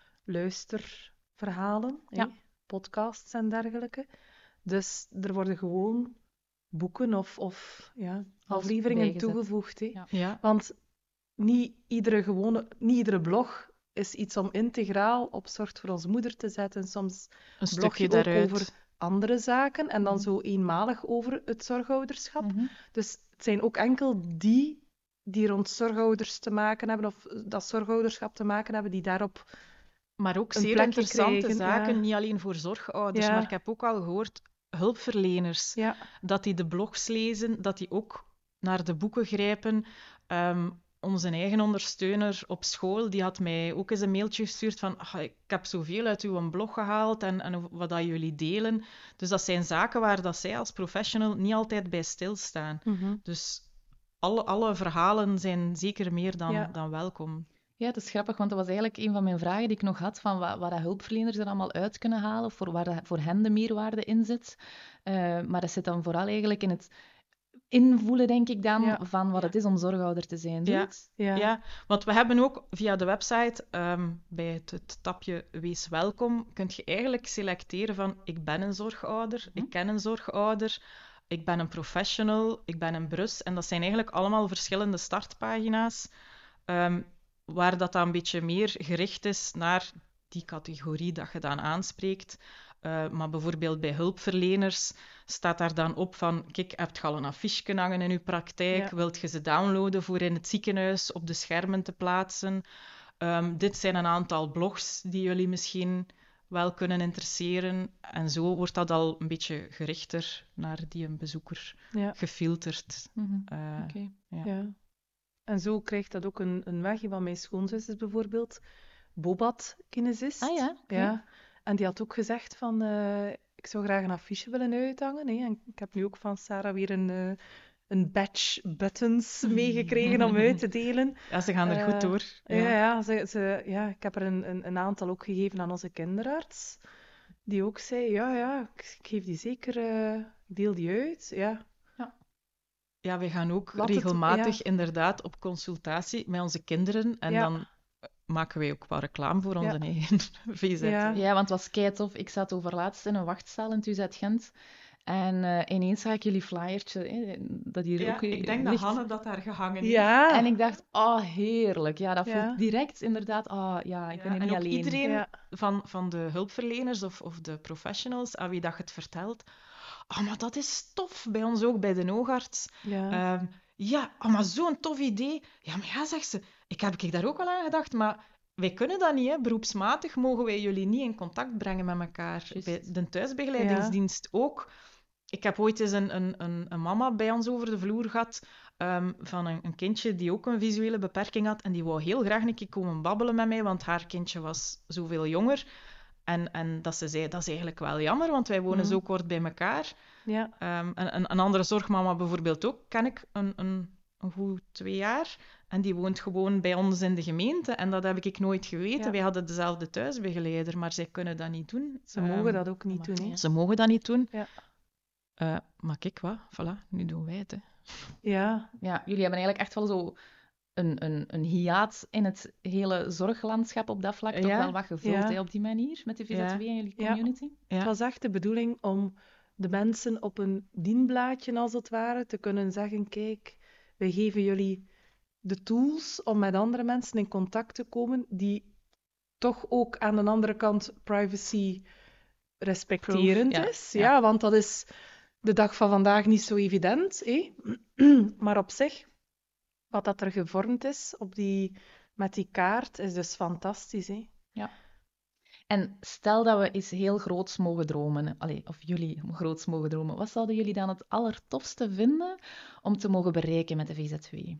[SPEAKER 3] luisterverhalen, podcasts en dergelijke. Dus er worden gewoon boeken of afleveringen toegevoegd. Want niet iedere blog is iets om integraal op Zorg voor ons moeder te zetten. Soms
[SPEAKER 2] een
[SPEAKER 3] blog je ook over andere zaken en dan zo eenmalig over het zorgouderschap.
[SPEAKER 1] Mm-hmm.
[SPEAKER 3] Dus het zijn ook enkel die rond zorgouders te maken hebben of dat zorgouderschap te maken hebben, die daarop
[SPEAKER 2] maar ook zeer interessante zaken, niet alleen voor zorgouders, maar ik heb ook al gehoord hulpverleners, dat die de blogs lezen, dat die ook naar de boeken grijpen. Onze eigen ondersteuner op school, die had mij ook eens een mailtje gestuurd van ik heb zoveel uit uw blog gehaald en wat dat jullie delen. Dus dat zijn zaken waar dat zij als professional niet altijd bij stilstaan.
[SPEAKER 3] Mm-hmm.
[SPEAKER 2] Dus alle verhalen zijn zeker meer dan welkom.
[SPEAKER 1] Ja, het is grappig, want dat was eigenlijk een van mijn vragen die ik nog had, van waar de hulpverleners er allemaal uit kunnen halen, of waar voor hen de meerwaarde in zit. Maar dat zit dan vooral eigenlijk in het invoelen, denk ik dan, van wat het is om zorgouder te zijn.
[SPEAKER 2] Ja, want we hebben ook via de website, bij het tapje Wees Welkom, kun je eigenlijk selecteren van ik ben een zorgouder, ik ken een zorgouder, ik ben een professional, ik ben een brus. En dat zijn eigenlijk allemaal verschillende startpagina's waar dat dan een beetje meer gericht is naar die categorie dat je dan aanspreekt. Maar bijvoorbeeld bij hulpverleners staat daar dan op van, kijk, heb je al een affiche hangen in je praktijk? Wilt je ze downloaden voor in het ziekenhuis op de schermen te plaatsen? Dit zijn een aantal blogs die jullie misschien wel kunnen interesseren. En zo wordt dat al een beetje gerichter naar die een bezoeker gefilterd.
[SPEAKER 1] Oké.
[SPEAKER 3] Ja. En zo krijgt dat ook een weg. Want mijn schoonzus is bijvoorbeeld Bobat-kinesist.
[SPEAKER 1] Ah ja? Okay.
[SPEAKER 3] Ja. En die had ook gezegd van, ik zou graag een affiche willen uithangen. Hè. En ik heb nu ook van Sarah weer een batch buttons meegekregen om uit te delen.
[SPEAKER 2] Ja, ze gaan er goed door.
[SPEAKER 3] Ik heb er een aantal ook gegeven aan onze kinderarts. Die ook zei, ik geef die zeker, ik deel die uit.
[SPEAKER 2] Ja, wij gaan ook regelmatig inderdaad op consultatie met onze kinderen. En dan maken wij ook wel reclame voor onze eigen VZ.
[SPEAKER 1] Ja, want het was keitof. Ik zat overlaatst in een wachtzaal in TUZ Gent. En ineens zag ik jullie flyertje. Dat hier ook
[SPEAKER 2] ik denk dat Hanne dat daar gehangen heeft.
[SPEAKER 3] Ja.
[SPEAKER 1] En ik dacht, heerlijk. Ja, dat voelt direct inderdaad, ik ben er niet alleen.
[SPEAKER 2] Iedereen van de hulpverleners of de professionals aan wie dat je het vertelt... maar dat is tof. Bij ons ook, bij de oogarts. Maar zo'n tof idee. Ja, maar zegt ze, ik heb daar ook wel aan gedacht, maar wij kunnen dat niet, hè. Beroepsmatig mogen wij jullie niet in contact brengen met elkaar. Just. Bij de thuisbegeleidingsdienst ook. Ik heb ooit eens een mama bij ons over de vloer gehad, van een kindje die ook een visuele beperking had, en die wou heel graag een keer komen babbelen met mij, want haar kindje was zoveel jonger. En dat ze zei, dat is eigenlijk wel jammer, want wij wonen zo kort bij elkaar.
[SPEAKER 3] Ja.
[SPEAKER 2] Een andere zorgmama bijvoorbeeld ook, ken ik een goed 2 jaar. En die woont gewoon bij ons in de gemeente. En dat heb ik nooit geweten.
[SPEAKER 3] Ja.
[SPEAKER 2] Wij hadden dezelfde thuisbegeleider, maar zij kunnen dat niet doen.
[SPEAKER 3] Ze mogen dat ook niet doen. Hè?
[SPEAKER 2] Ze mogen dat niet doen.
[SPEAKER 3] Ja.
[SPEAKER 2] Maar kijk wat, voilà, nu doen wij het. Hè.
[SPEAKER 3] Ja.
[SPEAKER 1] Ja, jullie hebben eigenlijk echt wel zo een hiaat in het hele zorglandschap op dat vlak toch wel wat gevuld, hè, op die manier, met de VZ2 en jullie community.
[SPEAKER 3] Ja. Het was echt de bedoeling om de mensen op een dienblaadje, als het ware, te kunnen zeggen, kijk, wij geven jullie de tools om met andere mensen in contact te komen die toch ook aan de andere kant privacy respecterend is. Ja, want dat is de dag van vandaag niet zo evident. Maar op zich, wat dat er gevormd is met die kaart, is dus fantastisch. Hè?
[SPEAKER 1] Ja. En stel dat we eens heel groots mogen dromen, of jullie groots mogen dromen, wat zouden jullie dan het allertofste vinden om te mogen bereiken met de VZ2?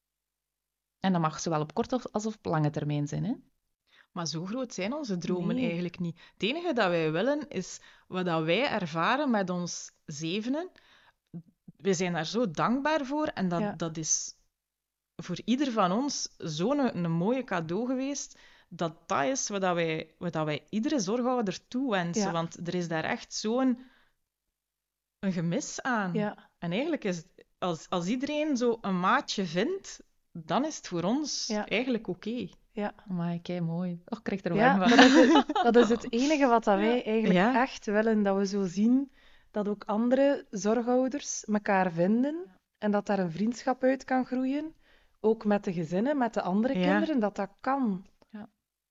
[SPEAKER 1] En dat mag zowel op korte als op lange termijn zijn, hè?
[SPEAKER 2] Maar zo groot zijn onze dromen eigenlijk niet. Het enige dat wij willen, is wat dat wij ervaren met ons 7. We zijn daar zo dankbaar voor. En dat is voor ieder van ons zo'n mooie cadeau geweest. Dat is wat wij iedere zorgouder toewensen. Ja. Want er is daar echt zo'n een gemis aan.
[SPEAKER 3] Ja.
[SPEAKER 2] En eigenlijk is als iedereen zo een maatje vindt, dan is het voor ons eigenlijk oké.
[SPEAKER 3] Ja.
[SPEAKER 1] Maar kijk, mooi. Ik krijg er warm van.
[SPEAKER 3] Dat is het enige wat dat wij eigenlijk echt willen. Dat we zo zien dat ook andere zorgouders elkaar vinden. En dat daar een vriendschap uit kan groeien. Ook met de gezinnen, met de andere kinderen. Dat kan.
[SPEAKER 1] Ja.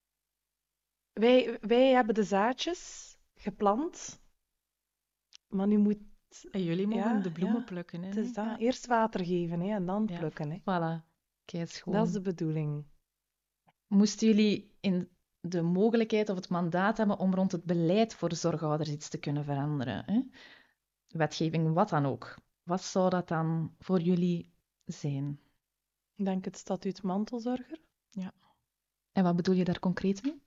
[SPEAKER 3] Wij hebben de zaadjes geplant. Maar nu moet...
[SPEAKER 2] En jullie mogen de bloemen plukken. Hè?
[SPEAKER 3] Het is dat. Eerst water geven en dan plukken. Hè.
[SPEAKER 1] Voilà. Kijk, schoon.
[SPEAKER 3] Dat is de bedoeling.
[SPEAKER 1] Moesten jullie in de mogelijkheid of het mandaat hebben om rond het beleid voor zorgouders iets te kunnen veranderen? Hè? Wetgeving, wat dan ook. Wat zou dat dan voor jullie zijn?
[SPEAKER 3] Ik denk het statuut mantelzorger.
[SPEAKER 1] Ja. En wat bedoel je daar concreet mee?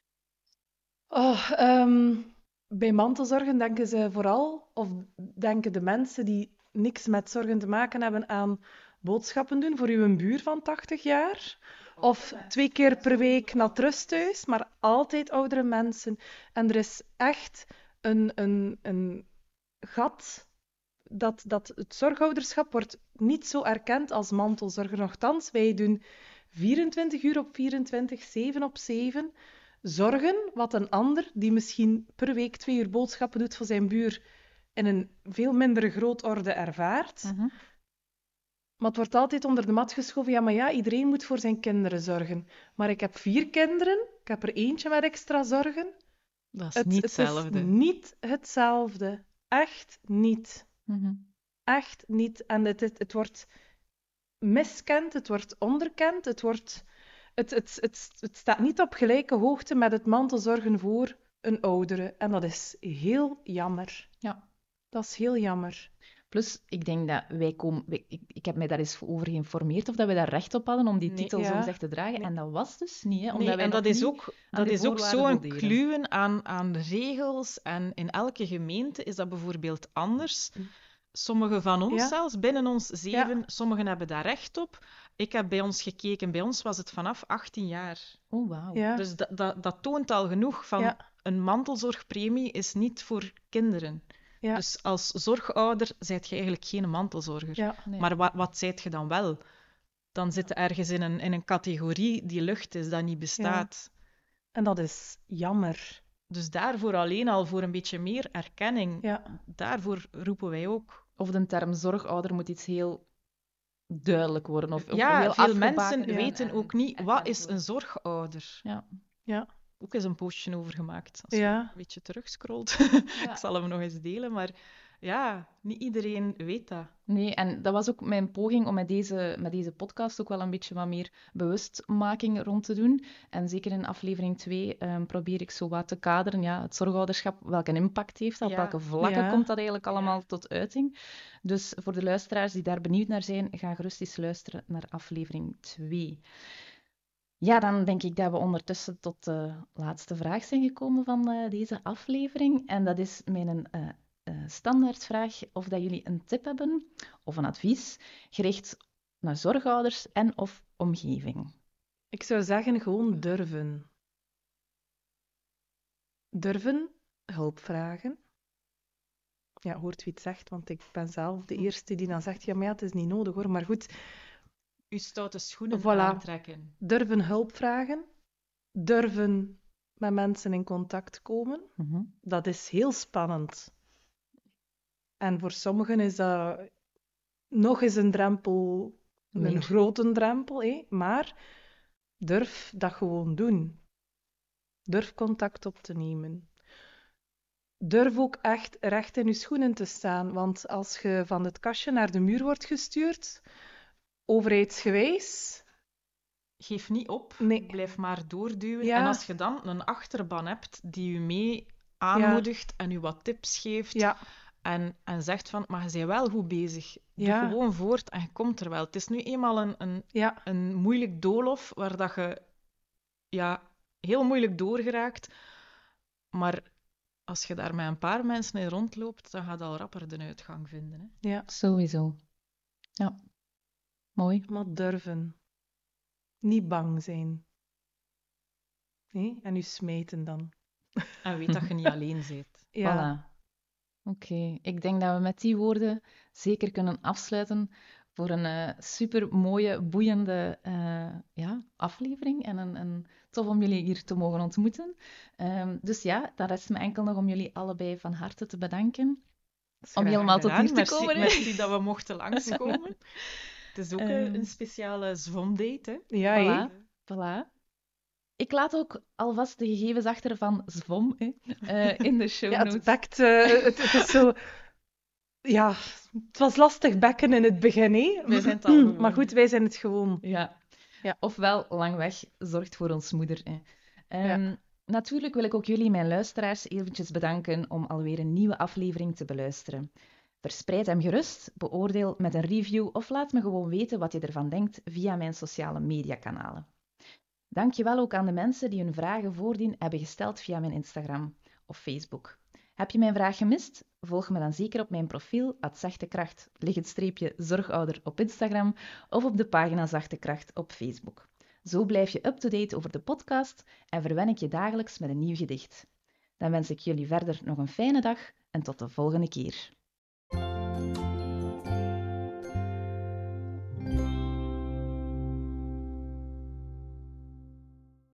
[SPEAKER 3] Bij mantelzorgen denken ze vooral, of denken de mensen die niks met zorgen te maken hebben, aan boodschappen doen voor uw buur van 80 jaar. Of 2 keer per week naar het rusthuis, maar altijd oudere mensen. En er is echt een gat dat het zorgouderschap wordt niet zo erkend als mantelzorger. Nochtans, wij doen 24 uur op 24, 7 op 7 zorgen wat een ander die misschien per week 2 uur boodschappen doet voor zijn buur in een veel minder grootorde ervaart.
[SPEAKER 1] Uh-huh.
[SPEAKER 3] Maar het wordt altijd onder de mat geschoven. Ja, maar ja, iedereen moet voor zijn kinderen zorgen. Maar ik heb 4 kinderen. Ik heb er eentje met extra zorgen.
[SPEAKER 2] Dat is niet hetzelfde.
[SPEAKER 3] Het is niet hetzelfde. Echt niet. Echt niet. En het wordt miskend, het wordt onderkend, het staat niet op gelijke hoogte met het mantelzorgen voor een oudere. En dat is heel jammer.
[SPEAKER 1] Ja.
[SPEAKER 3] Dat is heel jammer.
[SPEAKER 1] Plus, ik denk dat ik heb mij daar eens over geïnformeerd of dat we daar recht op hadden om die titel zo gezegd te dragen. Nee. En dat was dus niet. Hè,
[SPEAKER 2] omdat wij dat is ook zo'n kluwen aan de regels. En in elke gemeente is dat bijvoorbeeld anders. Sommigen van ons zelfs, binnen ons 7, sommigen hebben daar recht op. Ik heb bij ons gekeken, bij ons was het vanaf 18 jaar.
[SPEAKER 1] Oh, wauw.
[SPEAKER 3] Ja.
[SPEAKER 2] Dus dat toont al genoeg van een mantelzorgpremie is niet voor kinderen. Ja. Dus als zorgouder zijt je eigenlijk geen mantelzorger.
[SPEAKER 3] Ja, nee.
[SPEAKER 2] Maar wat zijt je dan wel? Dan zit je ergens in een categorie die lucht is, dat niet bestaat.
[SPEAKER 3] Ja. En dat is jammer.
[SPEAKER 2] Dus daarvoor alleen al, voor een beetje meer erkenning, daarvoor roepen wij ook.
[SPEAKER 1] Of de term zorgouder moet iets heel duidelijk worden. Of
[SPEAKER 2] heel veel mensen weten ook niet, wat is een zorgouder?
[SPEAKER 3] Ja.
[SPEAKER 2] Ook eens een postje over gemaakt. Als je een beetje terugscrollt. Ik zal hem nog eens delen, maar ja, niet iedereen weet dat.
[SPEAKER 1] Nee, en dat was ook mijn poging om met deze podcast ook wel een beetje wat meer bewustmaking rond te doen. En zeker in aflevering 2 probeer ik zo wat te kaderen, het zorgouderschap, welke impact heeft dat, op welke vlakken komt dat eigenlijk allemaal tot uiting. Dus voor de luisteraars die daar benieuwd naar zijn, ga gerust eens luisteren naar aflevering 2. Ja, dan denk ik dat we ondertussen tot de laatste vraag zijn gekomen van deze aflevering. En dat is mijn standaardvraag of dat jullie een tip hebben of een advies gericht naar zorgouders en of omgeving.
[SPEAKER 3] Ik zou zeggen gewoon durven. Durven, hulp vragen. Ja, hoort wie het zegt, want ik ben zelf de eerste die dan zegt, ja, maar het is niet nodig hoor, maar goed.
[SPEAKER 2] Uw stoute schoenen aantrekken.
[SPEAKER 3] Durven hulp vragen. Durven met mensen in contact komen. Dat is heel spannend. En voor sommigen is dat nog eens een drempel, een grote drempel, maar durf dat gewoon doen. Durf contact op te nemen. Durf ook echt recht in je schoenen te staan, want als je van het kastje naar de muur wordt gestuurd, overheidsgewijs...
[SPEAKER 2] Geef niet op,
[SPEAKER 3] nee.
[SPEAKER 2] Blijf maar doorduwen. Ja. En als je dan een achterban hebt die je mee aanmoedigt en je wat tips geeft en zegt van, maar je bent wel goed bezig. Doe gewoon voort en je komt er wel. Het is nu eenmaal een moeilijk doolhof waar dat je heel moeilijk doorgeraakt. Maar als je daar met een paar mensen in rondloopt, dan gaat je al rapper de uitgang vinden. Hè?
[SPEAKER 3] Ja,
[SPEAKER 1] sowieso. Ja, mooi.
[SPEAKER 3] Maar durven. Niet bang zijn. Nee? En u smijten dan.
[SPEAKER 2] En weet dat je niet alleen bent.
[SPEAKER 1] Ja. Voilà. Oké. Ik denk dat we met die woorden zeker kunnen afsluiten voor een super mooie, boeiende aflevering. En een tof om jullie hier te mogen ontmoeten. Dus ja, dan rest me enkel nog om jullie allebei van harte te bedanken. Om helemaal tot hier te komen.
[SPEAKER 2] Merci dat we mochten langskomen. Het is ook een speciale zwomdate, hè?
[SPEAKER 3] Ja,
[SPEAKER 1] voilà. Ik laat ook alvast de gegevens achter van zwom in de show notes.
[SPEAKER 3] Het is zo... Ja, het was lastig bekken in het begin, hè?
[SPEAKER 2] Wij zijn het al gewoon.
[SPEAKER 3] Maar goed, wij zijn het gewoon.
[SPEAKER 1] Ja. Ofwel, lang weg zorgt voor ons moeder. Natuurlijk wil ik ook jullie, mijn luisteraars, eventjes bedanken om alweer een nieuwe aflevering te beluisteren. Verspreid hem gerust, beoordeel met een review of laat me gewoon weten wat je ervan denkt via mijn sociale mediakanalen. Dankjewel ook aan de mensen die hun vragen voordien hebben gesteld via mijn Instagram of Facebook. Heb je mijn vraag gemist? Volg me dan zeker op mijn profiel @zachtekracht_zorgouder op Instagram of op de pagina Zachte Kracht op Facebook. Zo blijf je up-to-date over de podcast en verwen ik je dagelijks met een nieuw gedicht. Dan wens ik jullie verder nog een fijne dag en tot de volgende keer.